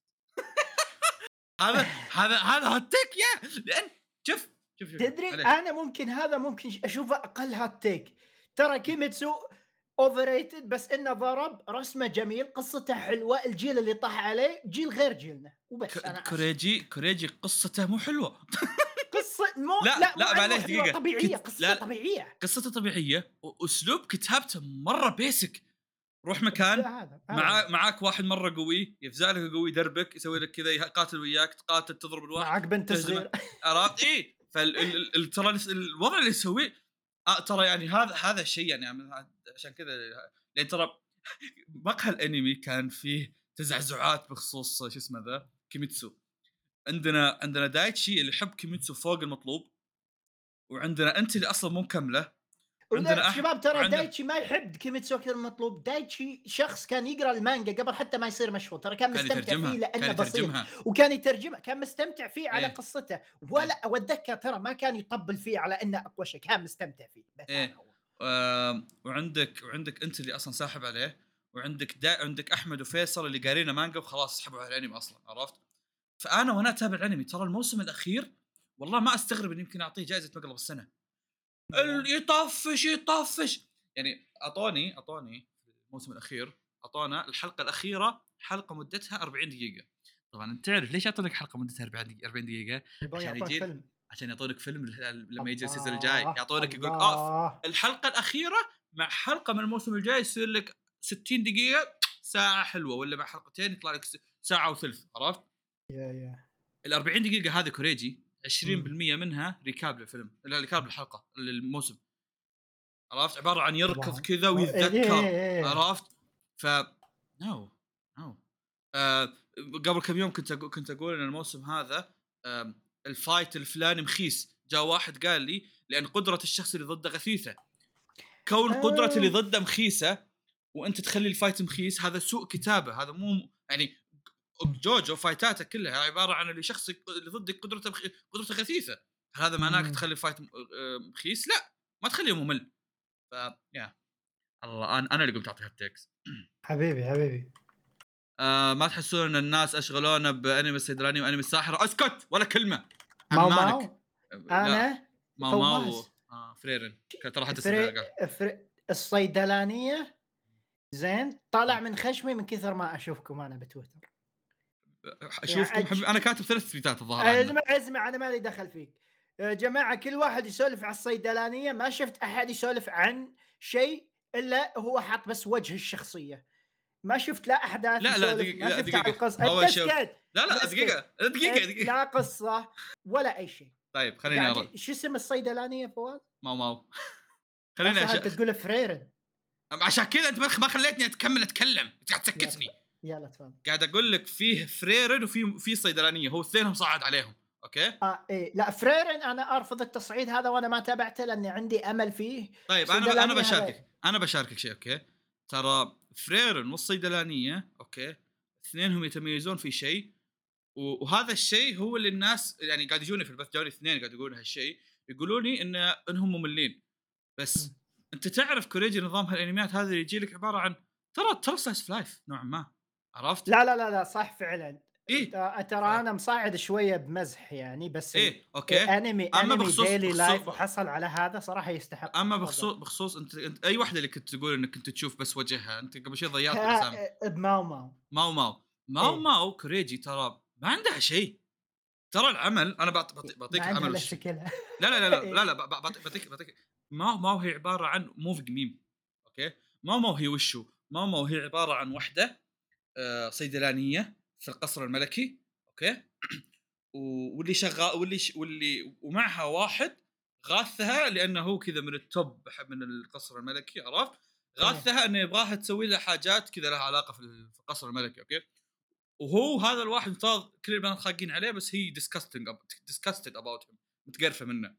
هذا هوت تيك يا لان شوف شوف تدري معليش. أنا ممكن هذا ممكن أشوفه أقل hot take. ترى كيميتسو overrated بس إنه ضرب، رسمه جميل، قصته حلوة، الجيل اللي طاح عليه جيل غير جيلنا، وبس أنا كوريجي قصته مو حلوه. قصة مو لا لأ مو لا عيب مو معليش حلوة دقيقه طبيعية، قصته لا طبيعية. قصته طبيعيه واسلوب كتابته مره بيسك. روح مكان هذا هو. معاك واحد مره قوي يفزع لك قوي يدربك يسوي لك كذا يقاتل وياك تقاتل تضرب الواحد معاك بنت تهزمه. صغيرة. عرفت ايه ترى الوضع اللي يسويه ترى يعني هذا الشيء يعني عشان كذا. لان ترى مقهى الانمي كان فيه تزعزعات بخصوص شو اسمه ذا كيميتسو. عندنا دايتشي اللي يحب كيميتسو فوق المطلوب، وعندنا انت اللي اصلا مو مكمله، ولا وعندنا شباب ترى وعندنا دايتشي ما يحب كيميتسو أكثر من المطلوب. دايتشي شخص كان يقرا المانجا قبل حتى ما يصير مشهور، ترى كان مستمتع فيه كان لأنه بسيط، يترجمها. وكان يترجمه، كان مستمتع فيه على ايه قصته، ايه واتذكر ترى ما كان يطبل فيه على إنه أقوى شيء، كان مستمتع فيه، بس هذا ايه هو. وعندك انت اللي اصلا ساحب عليه، وعندك عندك احمد وفيصل اللي قارين مانجا وخلاص سحبوا على الانمي اصلا. عرفت؟ فانا وانا اتابع الانمي ترى الموسم الاخير والله ما استغرب اني يمكن اعطيه جائزه مقلب السنه. يا يطفش يعني اعطوني في الموسم الاخير اعطونا الحلقه الاخيره حلقه مدتها 40 دقيقه. طبعا انت تعرف ليش يعطونك حلقه مدتها 40 دقيقه؟ يبغون عشان يعطونك يجي فيلم. عشان يعطونك فيلم لما يجي السيزون الجاي الله يعطونك يقول الله. الحلقه الاخيره مع حلقه من الموسم الجاي يصير لك 60 دقيقه ساعه حلوه، ولا مع حلقتين يطلع لك ساعه وثلث. عرفت؟ يا ال 40 دقيقه هذه كوريجي 20% إمم. منها ريكاب للفيلم، لا ريكاب للحلقه للموسم. عرفت؟ عباره عن يركض طبعًا. كذا ويتذكر. إيه. عرفت؟ ف نو نو قبل كم يوم كنت اقول ان الموسم هذا الفايت الفلاني مخيس. جاء واحد قال لي لان قدره الشخص اللي ضده غثيثه، كون قدره اللي آه. ضده مخيسه وانت تخلي الفايت مخيس، هذا سوء كتابه. هذا مو يعني جوجو فايتاته كلها عباره عن اللي شخص اللي ضدك قدرته خفيفه. هل هذا معناه إمم. تخلي الفايت مخيس؟ لا، ما تخليه ممل. ف يا الله انا اللي قمت اعطيها التكس. حبيبي. ما تحسون ان الناس اشغلونا بانمي الصيدلاني وانمي الساحر؟ اسكت ولا كلمه ماو عمانك. ماو لا، انا ماو فواز فريرن ترى حتى الصيدلاني قال الصيدلانيه زين طالع من خشمي من كثر ما اشوفكم انا بتويتر. يعني اشوفكم انا كاتب 3 تويتات الظاهر عنه. اسمع انا مالي دخل فيك يا جماعه، كل واحد يسولف على الصيدلانيه، ما شفت احد يسولف عن شيء الا هو حط بس وجه الشخصيه، ما شفت لا احداث لا يسولف، دقيقة، ما لا شفت على دقيقة، القصه، انت أول شوف. اسكت. لا اسكت. دقيقة دقيقة دقيقة. لا قصه ولا اي شيء. طيب خليني قاعد أرد. شو اسم الصيدلانية فواز؟ ماو خليني اصلا انت تقول فريرن. عشان كذا أنت ما خليتني أتكلم، أنت قاعد يلا تسكتني. يلا تفضل. قاعد أقول لك فيه فريرن وفي صيدلانية، هو اثنينهم صعد عليهم. أوكي. ايه لا فريرن انا ارفض التصعيد هذا، وانا ما تابعته لاني عندي امل فيه. طيب أنا صيدلانية هذا بشاركك شيء. أوكي. ترى فريرن والصيدلانية أوكي اثنينهم يتميزون في شيء، وهذا الشيء هو اللي الناس يعني قاعد يجوني في البث، جوني اثنين قاعد يقولون هالشيء، يقولوني انهم مملين. بس انت تعرف كوريجي نظام هالانميات هذا اللي يجي لك عباره عن ترى سلايس لايف نوعا ما، عرفت؟ لا صح فعلا. ايه ترى انا مصعد شويه بمزح يعني، بس ايه اوكي. اما انمي ديلي لايف بخصوص وحصل على هذا صراحه يستحق. اما تفضل. بخصوص انت اي واحده اللي كنت تقول انك كنت تشوف بس وجهها، انت قبل شوي ضيعت الاسامي. بماو ماو. إيه. كوريجي ترى ما عندها شيء. ترى العمل انا ما بعطيك عندها العمل الا وش. شكلها. لا بعطيك ماو هي عباره عن موفق ميم. اوكي. ماو هي وشو؟ ماو هي عباره عن وحده صيدلانيه في القصر الملكي. اوكي. واللي شغال واللي ومعها واحد غاثها لانه هو كذا من التوب من القصر الملكي، عرفت؟ غاثها انه يبغاها تسوي له حاجات كذا لها علاقه في القصر الملكي. اوكي. وهو هذا الواحد مفترض كل البنات خاقين عليه، بس هي ديسكاستد اباوت هيم، متقرفه منه.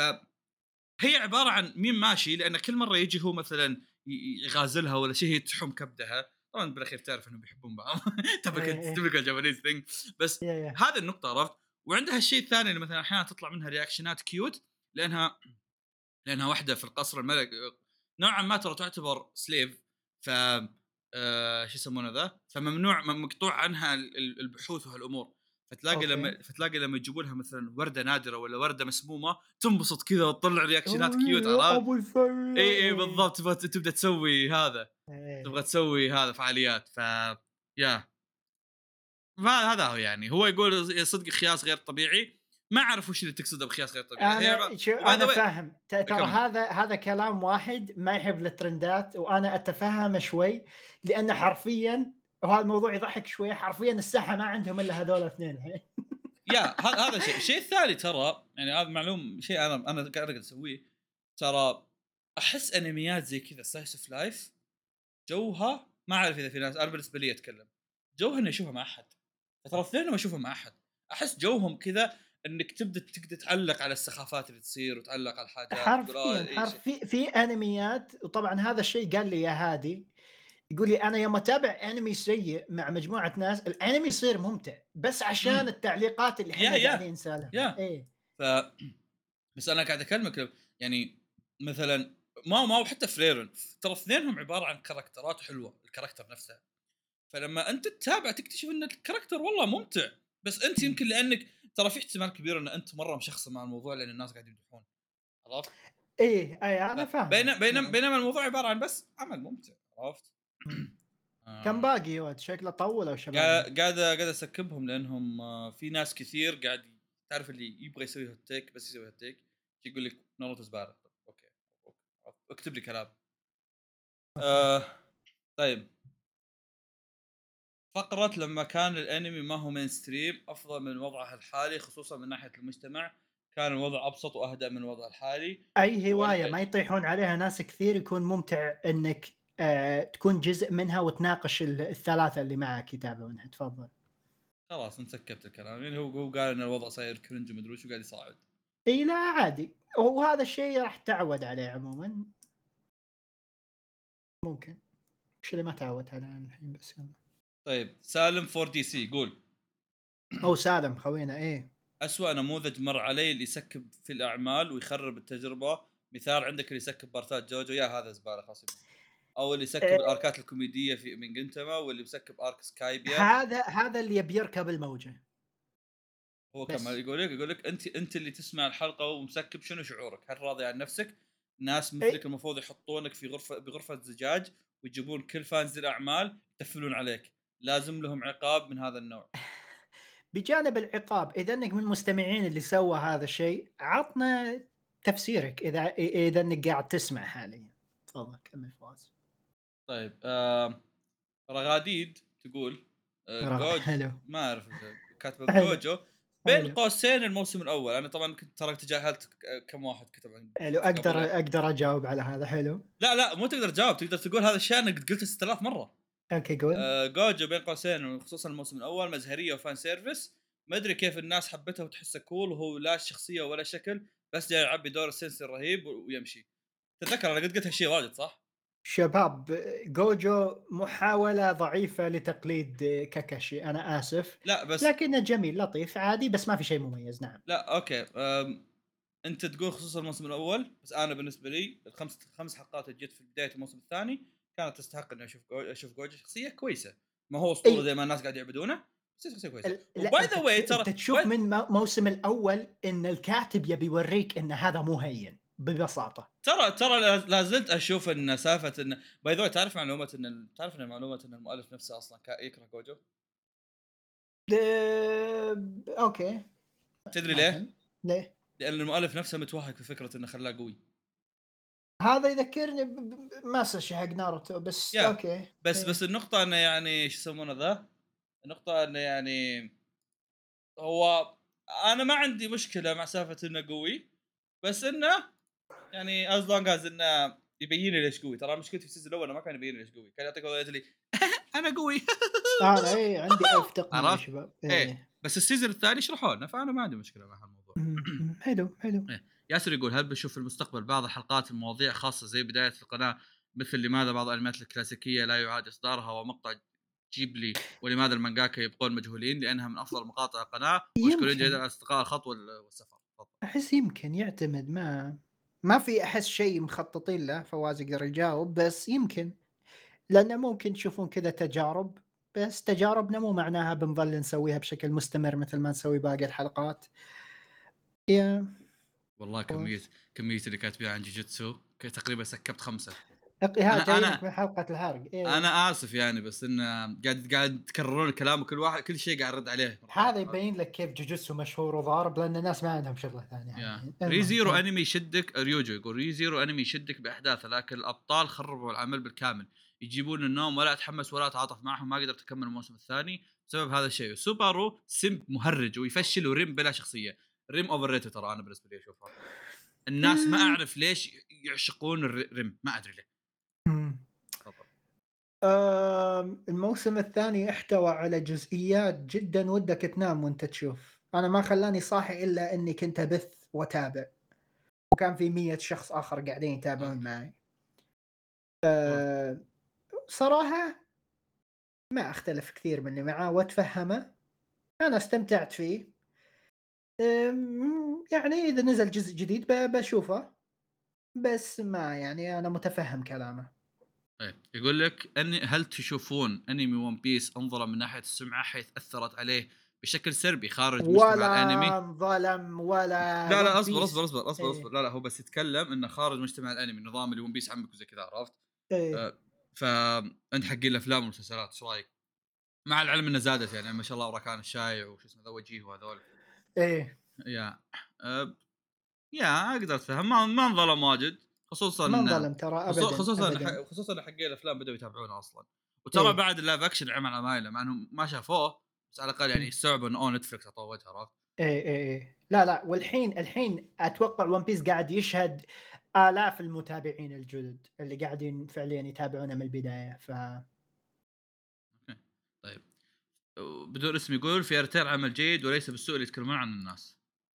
فهي عباره عن مين ماشي، لان كل مره يجي هو مثلا يغازلها ولا شيء، هي تحوم كبدها. طبعا بالاخير تعرف انهم بيحبون بعض. تبقى جابانيز ثينج. بس هذا النقطه، عرفت؟ وعندها الشيء الثاني اللي مثلا احيانا تطلع منها رياكشنات كيوت، لانها واحده في القصر الملك نوعا ما، ترى تعتبر سليف. ف شو يسمونه ذا، فممنوع مقطوع عنها البحوث وهالامور. فتلاقي لما يجيبوا لها مثلا ورده نادره ولا ورده مسمومه، تنبسط كذا وتطلع رياكشنات كيوت، عرفت؟ اي بالضبط، تبدا تسوي هذا، تبغى تسوي هذا فعاليات. يا هذا هو يعني، هو يقول صدق خياس غير طبيعي. ما اعرف وش اللي تقصده بخياس غير طبيعي. انا فاهم ترى هذا كلام واحد ما يحب الترندات، وانا اتفهم شوي، لان حرفيا وهذا الموضوع يضحك شوي، حرفيا الساحه ما عندهم الا هذول الاثنين. يا هذا الشيء الثاني ترى، يعني هذا معلوم شيء انا قاعد اسويه. ترى احس انميات زي كذا سلايس اوف لايف جوها، ما اعرف اذا في ناس، انا بالنسبه لي اتكلم جوها اني اشوفها مع احد. ترى اثنين ما اشوفهم مع احد، احس جوهم كذا انك تقدر تعلق على السخافات اللي تصير وتعلق على الحاجات، تقول حرفيا في انميات، وطبعا هذا الشيء قال لي يا هادي، يقول لي انا يوم اتابع انمي سيء مع مجموعه ناس، الانمي يصير ممتع بس عشان التعليقات اللي احنا قاعدين نسالها. ايه بس انا قاعد اكلمك يعني مثلا ما حتى فريرن، ترى اثنينهم عباره عن كاركترات حلوه، الكاركتر نفسه. فلما انت تتابع تكتشف ان الكاركتر والله ممتع، بس انت يمكن لانك ترى في احتمال كبير ان انت مره مشخص مع الموضوع لان الناس قاعدين يمدحون، عرفت؟ ايه انا فاهم. بينما الموضوع عباره عن بس عمل ممتع، عرفت؟ كم باقي يا ولد؟ شكله طول او شباب. قاعد اسكبهم لانهم في ناس كثير قاعد تعرف اللي يبغى يسوي هوت تيك، بس يسوي هوت تيك يقول لك ناروتو زباله. اوكي اكتب لي كلام. طيب، فقرة لما كان الانمي ما هو مين ستريم افضل من وضعه الحالي، خصوصا من ناحيه المجتمع، كان الوضع ابسط واهدأ من الوضع الحالي. اي هوايه ما يطيحون عليها ناس كثير يكون ممتع انك تكون جزء منها وتناقش الثلاثه اللي معك يتابعونها. تفضل. خلاص انت سكبت الكلام، يعني هو قال ان الوضع صاير كرنج ومدري وش، وقاعد يصعد. اي لا عادي، وهذا الشيء راح تعود عليه عموما. ممكن مش اللي ما تعود عليه الحين بس يلا. طيب سالم 4 دي سي يقول او سالم خوينا ايه أسوأ نموذج مر علي اللي يسكب في الأعمال ويخرب التجربة. مثال عندك اللي يسكب بارتات جوجو، يا هذا زبالة خلاص. او اللي يسكب آآ الاركات الكوميديه في من جنتما، واللي مسكب ارك سكايبيا. هذا اللي يبي يركب الموجة، هو كمان بس. يقول لك انت اللي تسمع الحلقه ومسكب، شنو شعورك؟ هل راضي عن نفسك؟ ناس أ مثلك المفروض يحطونك في بغرفه زجاج، ويجيبون كل فانز الاعمال يتفلون عليك، لازم لهم عقاب من هذا النوع. بجانب العقاب، إذا إنك من المستمعين اللي سوى هذا الشيء، عطنا تفسيرك إذا إنك قاعد تسمع حاليًا. تفضل كمل فواز. طيب رغاديد تقول جوج، حلو، ما اعرف كاتبه حلو، جوجو بين حلو، قوسين الموسم الاول. انا طبعا كنت ترى تجاهلت كم واحد كتب عن حلو، جوجوتسو قبل. أقدر أجاوب على هذا، حلو. لا مو تقدر تجاوب، تقدر تقول هذا الشيء انا قد قلته 6000 مره. أوكي قُل. جوجو بين قوسين، وخصوصا الموسم الاول، مزهريه وفان سيرفيس. ما ادري كيف الناس حبته وتحسه كول، وهو لا شخصيه ولا شكل، بس جاي يعبي دور السنسي الرهيب ويمشي. تتذكر انا قد قلت هالشيء واجد صح؟ شباب، جوجو محاولة ضعيفة لتقليد كاكاشي، أنا آسف، لا بس لكنه جميل لطيف عادي بس ما في شيء مميز، نعم. لا اوكي. انت تقول خصوصا الموسم الاول، بس انا بالنسبه لي الخمس حلقات اللي جت في بدايه الموسم الثاني كانت تستحق اني اشوف جوجو شخصيه كويسه. ما هو اسطوره أي زي ما الناس قاعد يعبدونه، بس هي شخصيه كويسه. لأ، وباي أنت ذا واي أنت ترى تشوف من موسم الأول إن الكاتب يبي يوريك إن هذا مو هين ببساطة. ترى لا زلت اشوف ان سالفه ان باي ذا واي، تعرف ان معلومه ان المؤلف نفسه اصلا يكره جوجو. أوكي، تدري ليه؟ مثلًا ليه؟ لان المؤلف نفسه متوهق في فكره انه خلاه قوي. هذا يذكرني بماساشي حق ناروتو، بس يا أوكي، بس إيه. النقطه انه يعني شو يسمونه ذا، النقطه انه يعني هو انا ما عندي مشكله مع سالفه انه قوي، بس انه يعني از لونج از انه يبين لي ليش قوي. ترى مشكلتي في السيزون الاول ما كان يبين لي ليش قوي، كان يعطيك وضعيه اللي انا قوي. أنا إيه عندي افتقدوا يا عرفت؟ شباب، ايه إيه. بس السيزون الثاني شرحوا لنا، فانا ما عندي مشكله مع هالموضوع. حلو، حلو. إيه. ياسر يقول هل بنشوف في المستقبل بعض الحلقات المواضيع خاصه زي بدايه القناه، مثل لماذا بعض الانميات الكلاسيكيه لا يعاد اصدارها، ومقطع جيبلي، ولماذا المانجاكا يبقون مجهولين لانها من افضل مقاطع القناه، ومشكورين جدا يمكن. على اصدقاء الخط والسفر. تفضل. أحس يمكن يعتمد، ما في أحس شيء مخططين له فواز يقدر يجاوب، بس يمكن، لأنه ممكن تشوفون كذا تجارب، بس تجاربنا مو معناها بنظل نسويها بشكل مستمر مثل ما نسوي باقي الحلقات. يا والله فواز. كميه اللي كاتبين عن جوجوتسو تقريبا سكبت خمسه. ها انا جايينك انا من حلقة الحرق، إيه. انا اسف يعني، بس انه قاعد تكررون الكلام، وكل واحد كل شيء قاعد يرد عليه مرتين. هذا يبين لك كيف جوجوتسو مشهور وضارب لأن الناس ما عندهم شغلة ثانية يا حاليًا، ري المهم زيرو إيه. انمي يشدك، ريوجو يقول ري زيرو انمي يشدك باحداثه، لكن الابطال خربوا العمل بالكامل، يجيبون النوم، ولا اتحمس ولا اتعاطف معهم، ما قدرت اكمل الموسم الثاني بسبب هذا الشيء. سوبارو سمب مهرج ويفشل، وريم بلا شخصيه. ريم اوفر ريتد ترى، انا بالنسبه لي اشوفها الناس ما إمم، اعرف ليش يعشقون ريم، ما ادري ليه. إمم. تفضل. الموسم الثاني احتوى على جزئيات جدًا ودك تنام وأنت تشوف، أنا ما خلّاني صاحي إلا إني كنت أبث وأتابع، وكان في 100 شخص آخر قاعدين يتابعون معي. أوه. صراحة ما أختلف كثير من اللي معاه وأتفهّمه، أنا استمتعت فيه. يعني إذا نزل جزء جديد باشوفه، بس ما يعني أنا متفهم كلامه. طيب يقول لك هل تشوفون انمي ون بيس انظر من ناحيه السمعه، حيث اثرت عليه بشكل سلبي خارج مجتمع ولا الانمي؟ انظلم ولا لا One اصبر اصبر Piece. اصبر اصبر اصبر، إيه، لا هو بس يتكلم انه خارج مجتمع الانمي، النظام اللي ون بيس عمك وزي كذا، عرفت؟ إيه، أه فانت حقين الافلام والمسلسلات ايش رايك؟ مع العلم انه زادت يعني ما شاء الله، وراكان الشايع وش اسمه ذا وجيه وهذول. إيه، يا أه يا اقدر اتفهم، ما انظلم واجد، خصوصا ما انظلم ترى أبدًا، أبدًا. خصوصا إن حقين الافلام بدأوا يتابعونه اصلا. وترى إيه، بعد اللايف اكشن عمل عمايله، مع انهم ما شافوه، بس على الاقل يعني إمم، استوعبوا انه نتفلكس عطوه وجه، عرفت؟ إيه، إيه، إيه. لا، والحين أتوقع One Piece قاعد يشهد آلاف المتابعين الجدد اللي قاعدين فعليًا يتابعونه من البداية، أوكي. طيب بدون اسم يقول في ارتير عمل جيد وليس بالسوء اللي يتكلمون عن الناس.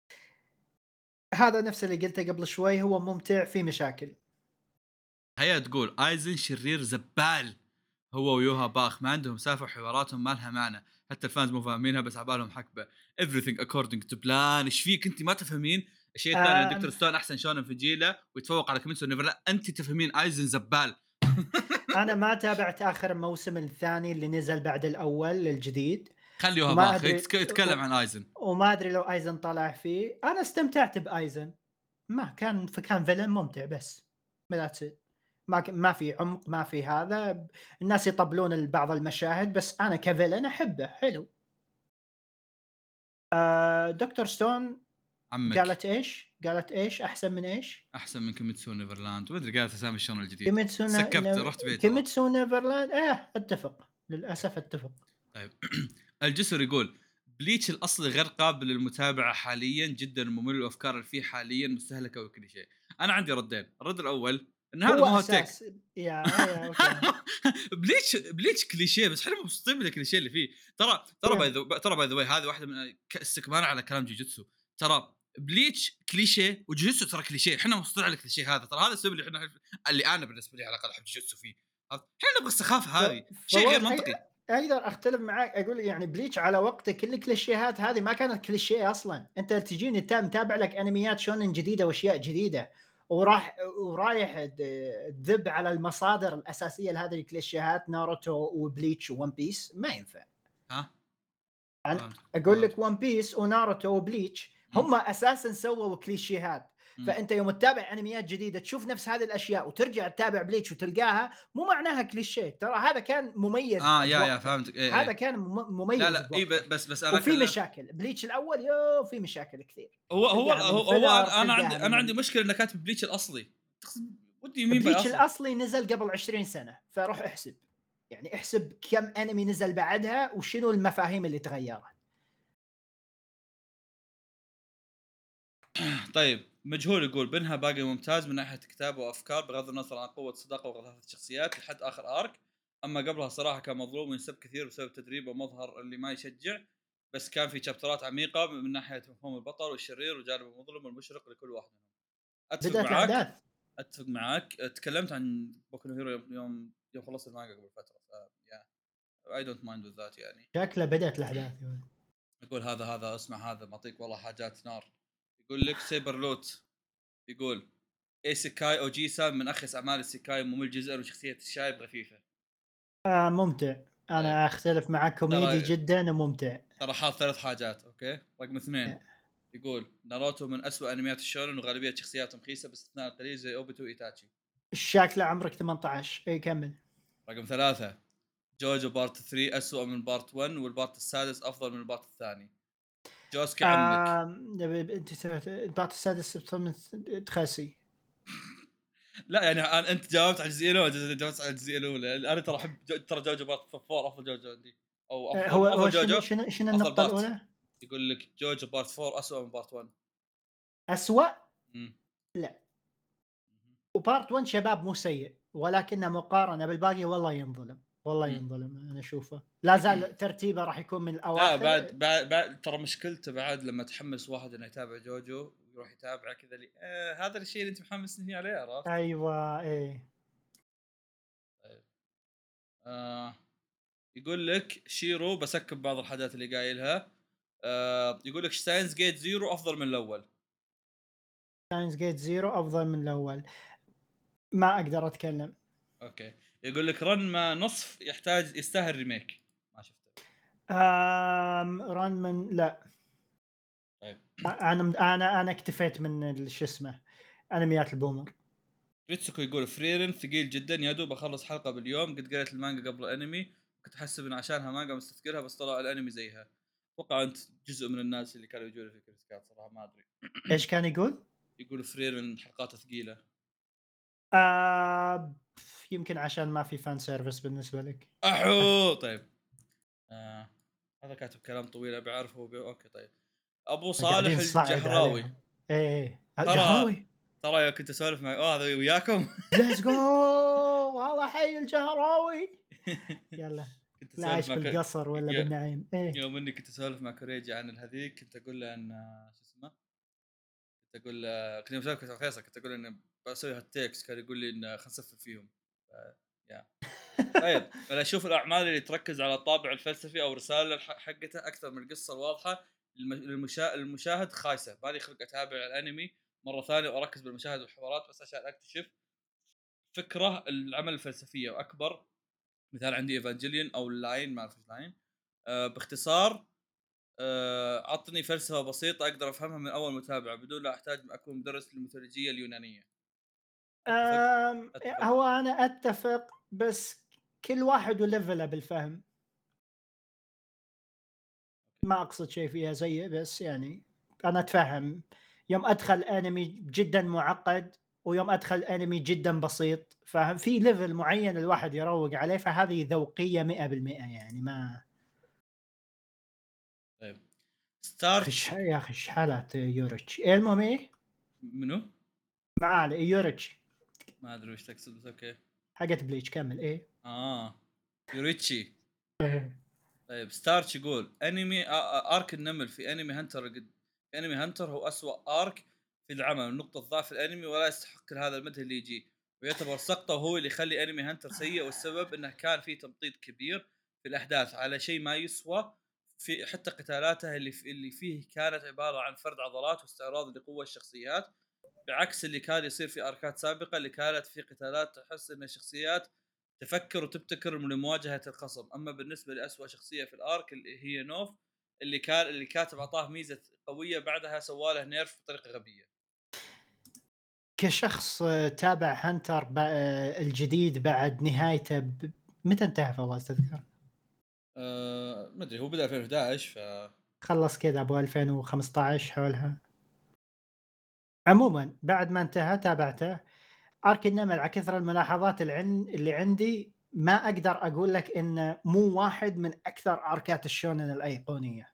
هذا نفس اللي قلته قبل شوي، هو ممتع، فيه مشاكل. هيا تقول ايزن شرير زبال، هو ويوها باخ ما عندهم سالفه، وحواراتهم ما لها معنى، حتى الفانز مو فاهمينها، بس عبالهم حقبه. everything according to plan. ايش فيك انت ما تفهمين؟ الشيء الثاني ان آمم دكتور ستون احسن شونن في جيله ويتفوق على كيميتسو نيفر، لا انت تفهمين ايزن زبال. أنا ما تابعت آخر موسم الثاني اللي نزل بعد الأول الجديد، خلّي وما باخ أدري يتكلم عن ايزن. وما أدري لو أيزن طلع فيه. أنا استمتعت بأيزن، ما كان كان villain ممتع بس that's it. ما في عمق، ما في هذا. الناس يطبلون بعض المشاهد، بس أنا كvillain أحبه، حلو. دكتور ستون عمك قالت إيش أحسن من إيش؟ احسن من كيميتسو نيفرلاند، وما ادري قالت اسامي الشون الجديد. كيميتسو سكبت رحت بعيد ترى. كيميتسو نيفرلاند، أتفق، للأسف أتفق. طيب الجسر يقول بليتش الاصلي غير قابل للمتابعه حاليا، جدا ممل، والافكار اللي فيه حاليا مستهلكه وكليشيه. انا عندي ردين. الرد الاول ان هذا هو ما هو تك. أساس يا أوكي. بليتش كليشيه، بس احنا مبسوطين بالكليشيه اللي فيه. يا ترى باي ذا واي هذه واحده من استكمال على كلام جوجوتسو. ترى بليتش كليشيه وجوجوتسو ترى كليشيه، احنا مبسوطين على الكليشيه هذا. ترى هذا السبب اللي اللي انا بالنسبه لي على الاقل احب جوجوتسو فيه. احنا نبغى السخافه هذه، شيء غير فواز منطقي. أقدر أختلف معاك، أقول يعني بليتش على وقته كل الكليشيهات هذه ما كانت كليشيه أصلًا. أنت تجيني متابع لك أنميات شونن جديدة وأشياء جديدة، ورايح تذب على المصادر الأساسية لهذه الكليشيهات ناروتو وبليتش وون بيس، ما ينفع. ها أنا فهمتك أقول فهمتك. لك ون بيس وناروتو وبليتش مم. هم أساسًا سووا كليشيهات. مم. فأنت يوم تتابع أنميات جديدة تشوف نفس هذه الأشياء وترجع تتابع بليتش وتلقاها، مو معناها كليشيه، ترى هذا كان مميز يا بوقته. فهمتك، ايه هذا ايه. كان لا مميز لا اي، بوقته. بس انا وفي اكلم. مشاكل، بليتش الأول يوه في مشاكل كثير، هو تلقاها من هو filler، انا تلقاها عندي، انا عندي من مشكله انك كاتب بليتش الاصلي. وات دو يو مين باي بليتش اصلي؟ الأصلي نزل قبل 20 سنة، فروح احسب، يعني احسب كم أنمي نزل بعدها وشنو المفاهيم اللي تغيرت. طيب مجهول يقول بنها باقي ممتاز من ناحيه كتابه وافكار، بغض النظر عن قوه الصداقه وغثاثه الشخصيات لحد اخر ارك. اما قبلها صراحه كان مظلوم وينسب كثير بسبب تدريبه ومظهر اللي ما يشجع. بس كان في شابترات عميقه من ناحيه مفهوم البطل والشرير وجانب المظلم والمشرق لكل واحد منهم. اتفق بدأت معاك. الأحداث. اتفق معاك. تكلمت عن بوكو نو هيرو يوم خلصت المانجا قبل فتره. يا اي دونت مايند وذ ذات يعني. شكله بدأت الأحداث. يقول هذا اسمع، هذا معطيك والله حاجات نار. يقول لك سيبر لوت يقول ايسيكاي اوجيسا من اخيس اعمال السيكاي، ممل جزءا وشخصيه الشايب غثيثه. ممتع. طيب أنا أختلف معاك، كوميدي ترى جدًا وممتع. حاط ثلاث حاجات. اوكي رقم اثنين يقول ناروتو من أسوأ انميات الشونن وغالبيه شخصياتهم خيسه باستثناء القليل زي اوبيتو وايتاتشي. شكله عمرك 18. كمل. رقم ثلاثة جوجو بارت 3 أسوأ من بارت 1، والبارت السادس أفضل من البارت الثاني. جوسكي عمك. أنت سمعت البارت السادس تخسي. لا يعني انت جاوبت على الجزئيه الاولى، جاوبت على الجزئيه الاولى. انا ترى احب ترى جوجو بارت 4 افضل جوجو عندي، او افضل هو مو افضل هو شنو جوجو، شنو شنو افضل النقطة بارت. الأولى؟ يقول لك جوجو بارت 4 اسوء من بارت 1. أسوأ؟ امم لأ. وبارت 1 شباب مو سيء، ولكنه مقارنة بالباقي والله ينظلم، والله ينظلم أنا أشوفه. لا زال ترتيبه راح يكون من لا الأواخر. بعد ترى مشكلته بعد لما تحمس واحد انه يتابع جوجو يروح يتابعه كذا لي هذا الشيء اللي انت محمسني عليه، عرفت؟ أيوه، إيه. طيب. آه يقول لك شيرو بسكب بعض الحاجات اللي قايلها. يقول لك ساينس جيت زيرو افضل من الاول. Steins Gate Zero أفضل من الأول. ما أقدر أتكلم. اوكي يقول لك رن ما نصف يستاهل ريميك. ما شفته. رانمان لأ. طيب أنا اكتفيت من شو اسمه، أنميات البومر. ريتسوكو يقول فريرن ثقيل جدا، يا دوب اخلص حلقه باليوم، قد قريت المانجا قبل الانمي، كنت احسب ان عشانها مانجا مستذكرها، بس طلع الانمي زيها. اتوقع انت جزء من الناس اللي كانوا يجون في كريتيكات صراحه، ما ادري. إيش كان يقول؟ يقول فريرن حلقاته ثقيله. آه يمكن عشان ما في fan service بالنسبة لك. احو طيب. آه هذا كاتب كلام طويل ابي اعرفه اوكي طيب. ابو صالح قاعدين نصعد الجهراوي. عليهم. إيه ترى الجهراوي. يوم كنت اسولف مع هذا وياكم. ليتس جو. والله حي الجهراوي. يلا. كنت لا اسولف عايش مع بالقصر ولا بالنعيم. إيه. يوم اني كنت اسولف مع كوريجي عن الهذيك، كنت اقول له ان شو اسمه، كنت اقول له كنت مسولف مع فيصل، كنت اقول انه بسوي هالتكس، كان يقول لي ان خلنا نسفل فيهم. يا طيب انا اشوف الاعمال اللي تركز على الطابع الفلسفي او الرساله حقتها اكثر من القصه الواضحه المشاهد خايسه. مالي خلق اتابع الانمي مره ثانيه واركز بالمشاهد والحوارات بس عشان اكتشف فكره العمل الفلسفيه واكبر مثال عندي ايفانجيليون او اللاين، ما اعرف ايش لاين. باختصار عطني فلسفه بسيطه اقدر افهمها من اول متابعه بدون لا احتاج اكون مدرس للميثولوجيه اليونانيه. اتفق؟ اتفق. هو أنا أتفق، بس كل واحد وليفله بالفهم. ما أقصد شيء فيها سيء، بس يعني أنا أتفهم. يوم أدخل أنمي جدًا معقد، ويوم أدخل أنمي جدًا بسيط، فاهم؟ في level معين الواحد يروق عليه، فهذه ذوقية 100% يعني ما. طيب ستار يا أخي إيش حالات يوريتشي؟ المهم إيه؟ منو؟ ما عليه يوريتشي ما ادري وش تقصد بس اوكي. حقت بليتش، كمل إيه؟ يوريتشي. إيه. طيب ستارتش يقول انمي ارك النمل في انمي هانتر في انمي هانتر هو اسوأ ارك في العمل، نقطة ضعف الانمي ولا يستحق هذا المدح اللي يجي، ويعتبر سقطه هو اللي يخلي انمي هانتر سيء، والسبب انه كان فيه تمطيط كبير في الاحداث على شيء ما يسوى. في حتى قتالاته اللي فيه كانت عبارة عن فرد عضلات واستعراض لقوة الشخصيات، بعكس اللي كان يصير في اركات سابقة اللي كانت في قتالات تحس ان الشخصيات تفكر وتبتكر لمواجهة الخصم. اما بالنسبة لأسوأ شخصية في الارك اللي هي نوف، اللي كاتب اعطاه ميزة قوية بعدها سواله نيرف بطريقة غبية. كشخص تابع هانتر الجديد بعد نهايته متى انتهى فواز تذكر؟ ما ادري هو بدأ 2011 خلص كذا ابو 2015 حولها. عموما بعد ما انتهى تابعته. ارك النمل على كثر الملاحظات اللي عندي، ما اقدر اقول لك انه مو واحد من اكثر اركات الشونن الايقونيه.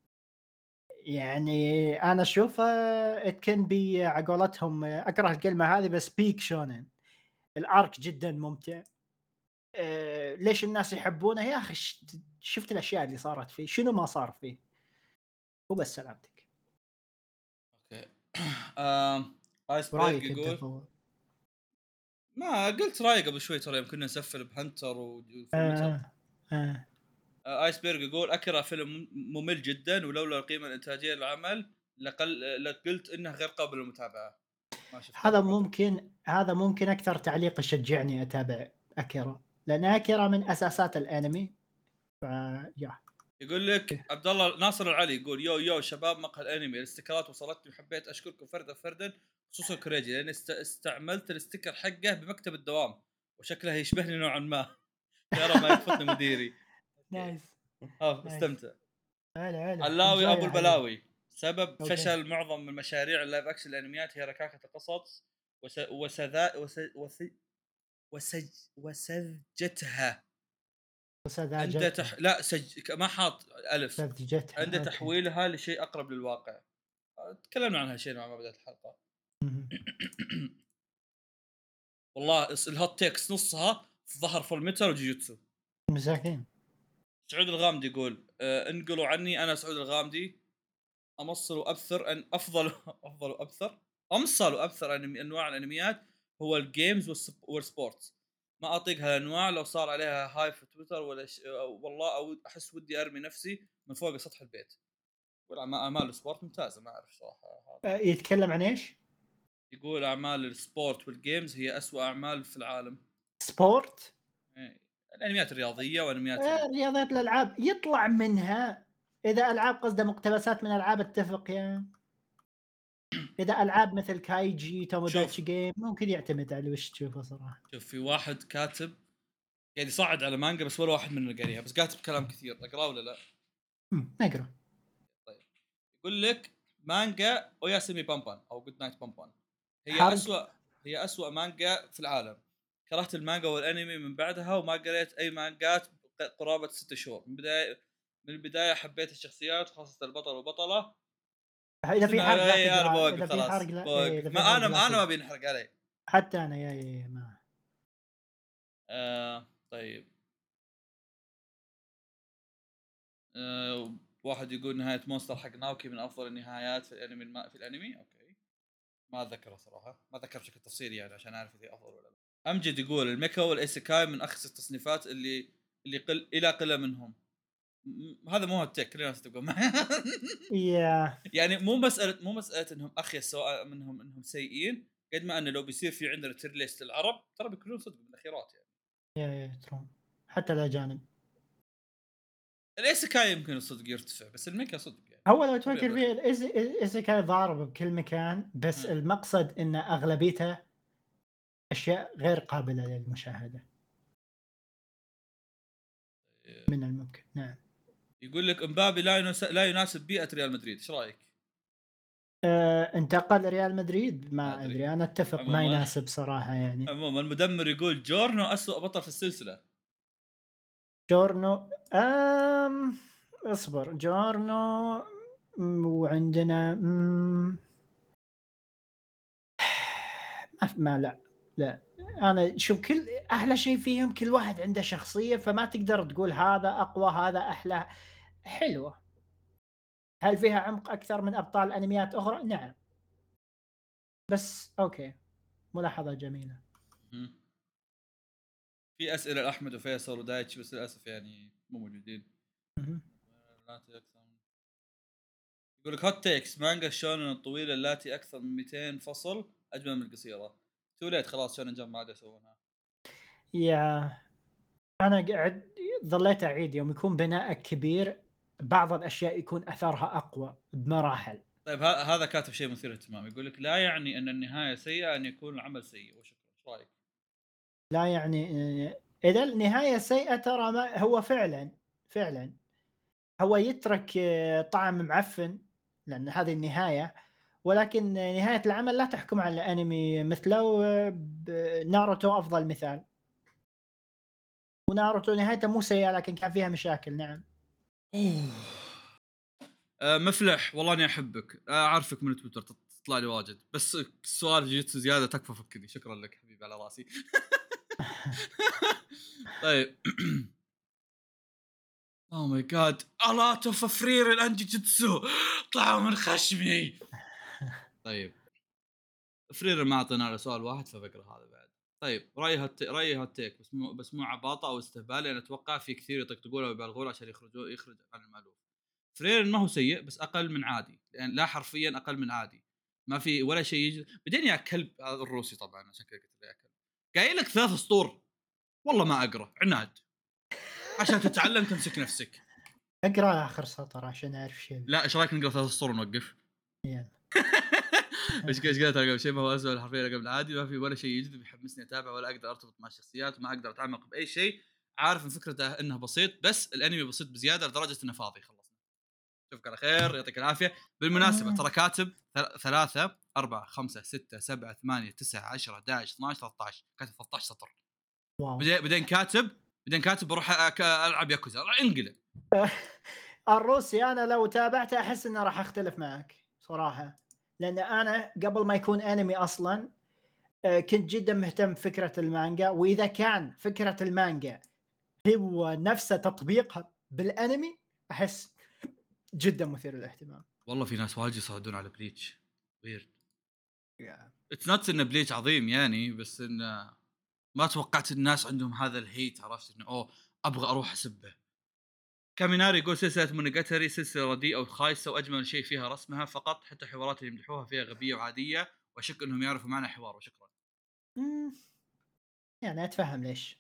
يعني انا اشوفه ات كان بي على قولتهم، اكره الكلمه هذه بس بيك شونن. الارك جدا ممتع. ليش الناس يحبونه يا اخي؟ شفت الاشياء اللي صارت فيه، شنو ما صار فيه. وبس سلامتك. اوكي. ايسبرغ برايك انت يقول فوق؟ ما قلت راي قبل شوي ترى يمكن نسفل بهنتر وفول ميتال. آه. آه. ايسبرغ يقول اكره فيلم ممل جدا ولولا القيمه الانتاجيه للعمل لقلت انه غير قابل للمتابعه. ما شفته هذا بعد. ممكن هذا ممكن أكثر تعليق يشجعني أتابع أكيرا، لأن أكيرا من أساسات الأنمي. فيا يقول لك عبد الله ناصر العلي يقول يو شباب مقهى الانمي الاستيكرات وصلتني وحبيت اشكركم فردا فردا، خصوصا كريجي لان استعملت الاستيكر حقه بمكتب الدوام وشكله يشبهني نوعا ما. يا رب ما يرفضني مديري. اوكي. نايس. ها نايس. استمتع. هلا علاوي انجوي ابو يا حبيبي. البلاوي سبب اوكي. فشل معظم من مشاريع اللايف اكشن الانميات هي ركاكه القصص وس... وسذا وس... وس... وسج... وسذجتها عند وسذاجتها. لا ما حاط الف سذجتها عند اوكي. تحويلها لشيء اقرب للواقع. تكلمنا عنها شيء مع ما بدات الحلقه. مهم. والله الهوت تيكس نصها في ظهر فول ميتال وجوجوتسو. مساكين. سعود الغامدي يقول انقلوا عني انا سعود الغامدي امصل وابثر ان افضل افضل وابثر امصل وابثر انواع الانميات هو الجيمز والسبورتس. ما اطيق هالانواع لو صار عليها هاي في تويتر والله او احس ودي ارمي نفسي من فوق سطح البيت. يقول اعمال السبورت ممتازه ما اعرف صراحه هذا. يتكلم عن ايش؟ يقول اعمال السبورت والجيمز هي أسوأ اعمال في العالم. سبورت. إيه، الانميات الرياضيه وانميات رياضيات الالعاب يطلع منها. اذا العاب قصده مقتبسات من العاب اتفق يعني. اذا العاب مثل كايجي شوف توموداتشي جيم ممكن يعتمد على وش تشوفه صراحه. في واحد كاتب قاعد يصعد على مانجا بس ولا واحد مننا قاريها بس كاتب كلام كثير اقراه ولا لا؟ نقرا. طيب يقول لك مانجا اوياسيمي بامبان او جود نايت بامبان هي حرق. أسوأ هي أسوأ مانجا في العالم. كرهت المانجا والانمي من بعدها وما قريت اي مانجات قرابه 6 شهور. من البدايه حبيت الشخصيات خاصه البطل والبطله. اذا في حرق لا انا تقرا، بوقف اذا في حرق خلاص لا إيه، بوقف اذا ما في حرق لا انا تقرا. ما بينحرق علي. حتى انا يا ما. طيب. واحد يقول نهايه مونستر حق ناوكي من افضل النهايات في الانمي في الانمي اوكي. ما اتذكره صراحه ما اتذكر بشكل تفصيلي يعني عشان اعرف اذا افضل ولا لا. امجد يقول الميكا والايسيكاي من اخس التصنيفات اللي الى قله منهم. هذا مو هوت تيك كل الناس تقول يا يعني مو مساله انهم اخيس سواء منهم انهم سيئين قد ما انه لو بيصير في عندنا تير ليست للعرب ترى بيكونون صدق من الاخيرات يعني. يا ترون حتى الاجانب. الايسيكاي يمكن الصدق يرتفع بس الميكا صدق يعني. هو لو طبيعي تفكر فيه الايزيكاي ضارب بكل مكان، بس المقصد ان اغلبيته اشياء غير قابله للمشاهده من الممكن. نعم. يقول لك امبابي لا يناسب بيئه ريال مدريد، ايش رايك؟ انتقل ريال مدريد، ما ما ادري. ادري، انا اتفق ما عموما يناسب صراحه يعني. عموما المدمر يقول جورنو اسوء بطل في السلسله. جورنو اصبر جورنو وعندنا ما لا لا، انا شوف كل احلى شيء فيهم كل واحد عنده شخصيه، فما تقدر تقول هذا اقوى هذا احلى. حلوه. هل فيها عمق اكثر من ابطال انميات اخرى؟ نعم. بس اوكي، ملاحظه جميله. مم. في اسئله لاحمد وفيصل ودايتش بس للاسف يعني مو موجودين. مهم. يقول لك هوت تيكس مانجا شونن الطويله التي اكثر من 200 فصل اجمل من القصيره. توليت خلاص شونن جمب ما عاد يسوونها. يا انا قاعد ظليت اعيد يوم يكون بناءك كبير بعض الاشياء يكون اثرها اقوى بمراحل. طيب هذا كاتب شيء مثير للاهتمام، يقول لك لا يعني ان النهايه سيئه ان يكون العمل سيء. وشكرا، ايش رايك؟ لا يعني اذا النهايه سيئه ترى ما هو فعلا هو يترك طعم معفن، لان هذه النهايه. ولكن نهايه العمل لا تحكم على الانمي مثله. ناروتو افضل مثال، وناروتو نهايته مو سيئه لكن كان فيها مشاكل. نعم. مفلح والله اني احبك، اعرفك من تويتر تطلع لي واجد، بس سؤال جيتسو زياده تكفى فكني. شكرا لك حبيبي على راسي. طيب. اوه ماي جاد الا تفرير الانجي جيتسو طلعوا من خشمي. طيب فرير ما اعطينا له سؤال واحد فبقرا هذا بعد. طيب رايي هات تيك بس مو عباطه او استهبال، لان اتوقع في كثير يطقطقون ويبالغون عشان يخرج عن المألوف. فرير ما هو سيء بس اقل من عادي، لان لا حرفيا اقل من عادي. ما في ولا شيء بعدين يا كلب هذا الروسي طبعا عشان كذا قلت له يا كلب. قايل لك 3 سطور والله ما اقرا عناد عشان تتعلم تمسك نفسك. اقرا اخر سطر عشان اعرف شيء. لا ايش رايك نقرا 3 سطور ونوقف؟ يلا. ايش قلت قبل شيء ما هو اسوء الحرفيه قبل العادي، ما في ولا شيء يجذب يحمسني اتابع ولا اقدر ارتبط مع الشخصيات وما اقدر اتعمق باي شيء. عارف ان فكرته انه بسيط بس الانمي بسيط بزياده لدرجه انه فاضي. خلصنا. اشوفك على خير يعطيك العافيه. بالمناسبه ترى كاتب 3 4 5 6 7 8 9 10 11 12 13 كاتب 13 سطر. واو. بعدين كاتب بروح العب ياكوزا انقلب. الروسي انا لو تابعته احس انه راح اختلف معك صراحه، لان انا قبل ما يكون انمي اصلا كنت جدا مهتم بفكره المانجا، واذا كان فكره المانجا هو نفس تطبيقها بالانمي احس جدا مثير للاهتمام. والله في ناس واجد يصعدون على بليتش ويرد. yeah. اتس نوت ان بليتش عظيم يعني، بس انه ما توقعت الناس عندهم هذا الهيت. عرفت انه اوه ابغى اروح اسبه. كاميناري يقول سلسله مونوجاتري سلسله رديئه وخايسه واجمل شيء فيها رسمها فقط، حتى الحوارات اللي يمدحوها فيها غبيه وعاديه واشك انهم يعرفوا معنى حوار. وشكرا. يعني اتفهم ليش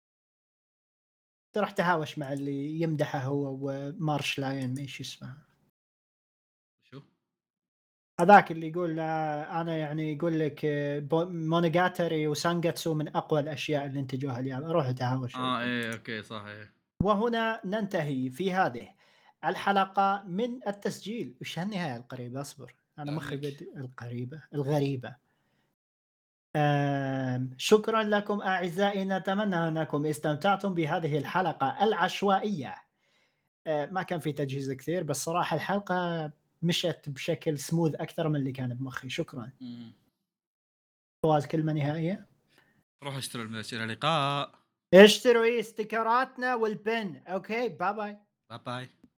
تروح تهاوش مع اللي يمدحه هو ومارش لاين ايش اسمه شو هذاك اللي يقول انا يعني يقول لك مونوجاتري وسانجاتسو من اقوى الاشياء اللي انتجوها اليابان، روح تهاوش. ايه اوكي صح ايه. وهنا ننتهي في هذه الحلقة من التسجيل. وش هالنهاية القريبة؟ أصبر أنا مخي لانك القريبة الغريبة. شكرا لكم أعزائي، نتمنى أنكم استمتعتم بهذه الحلقة العشوائية. ما كان في تجهيز كثير بس صراحة الحلقة مشت بشكل سموث أكثر من اللي كان بمخي. شكرا. فواز كلمة نهائية. روح اشتروا الملاشين. الى اللقاء. اشتروا استيكراتنا والبن. أوكي باي باي. باي باي.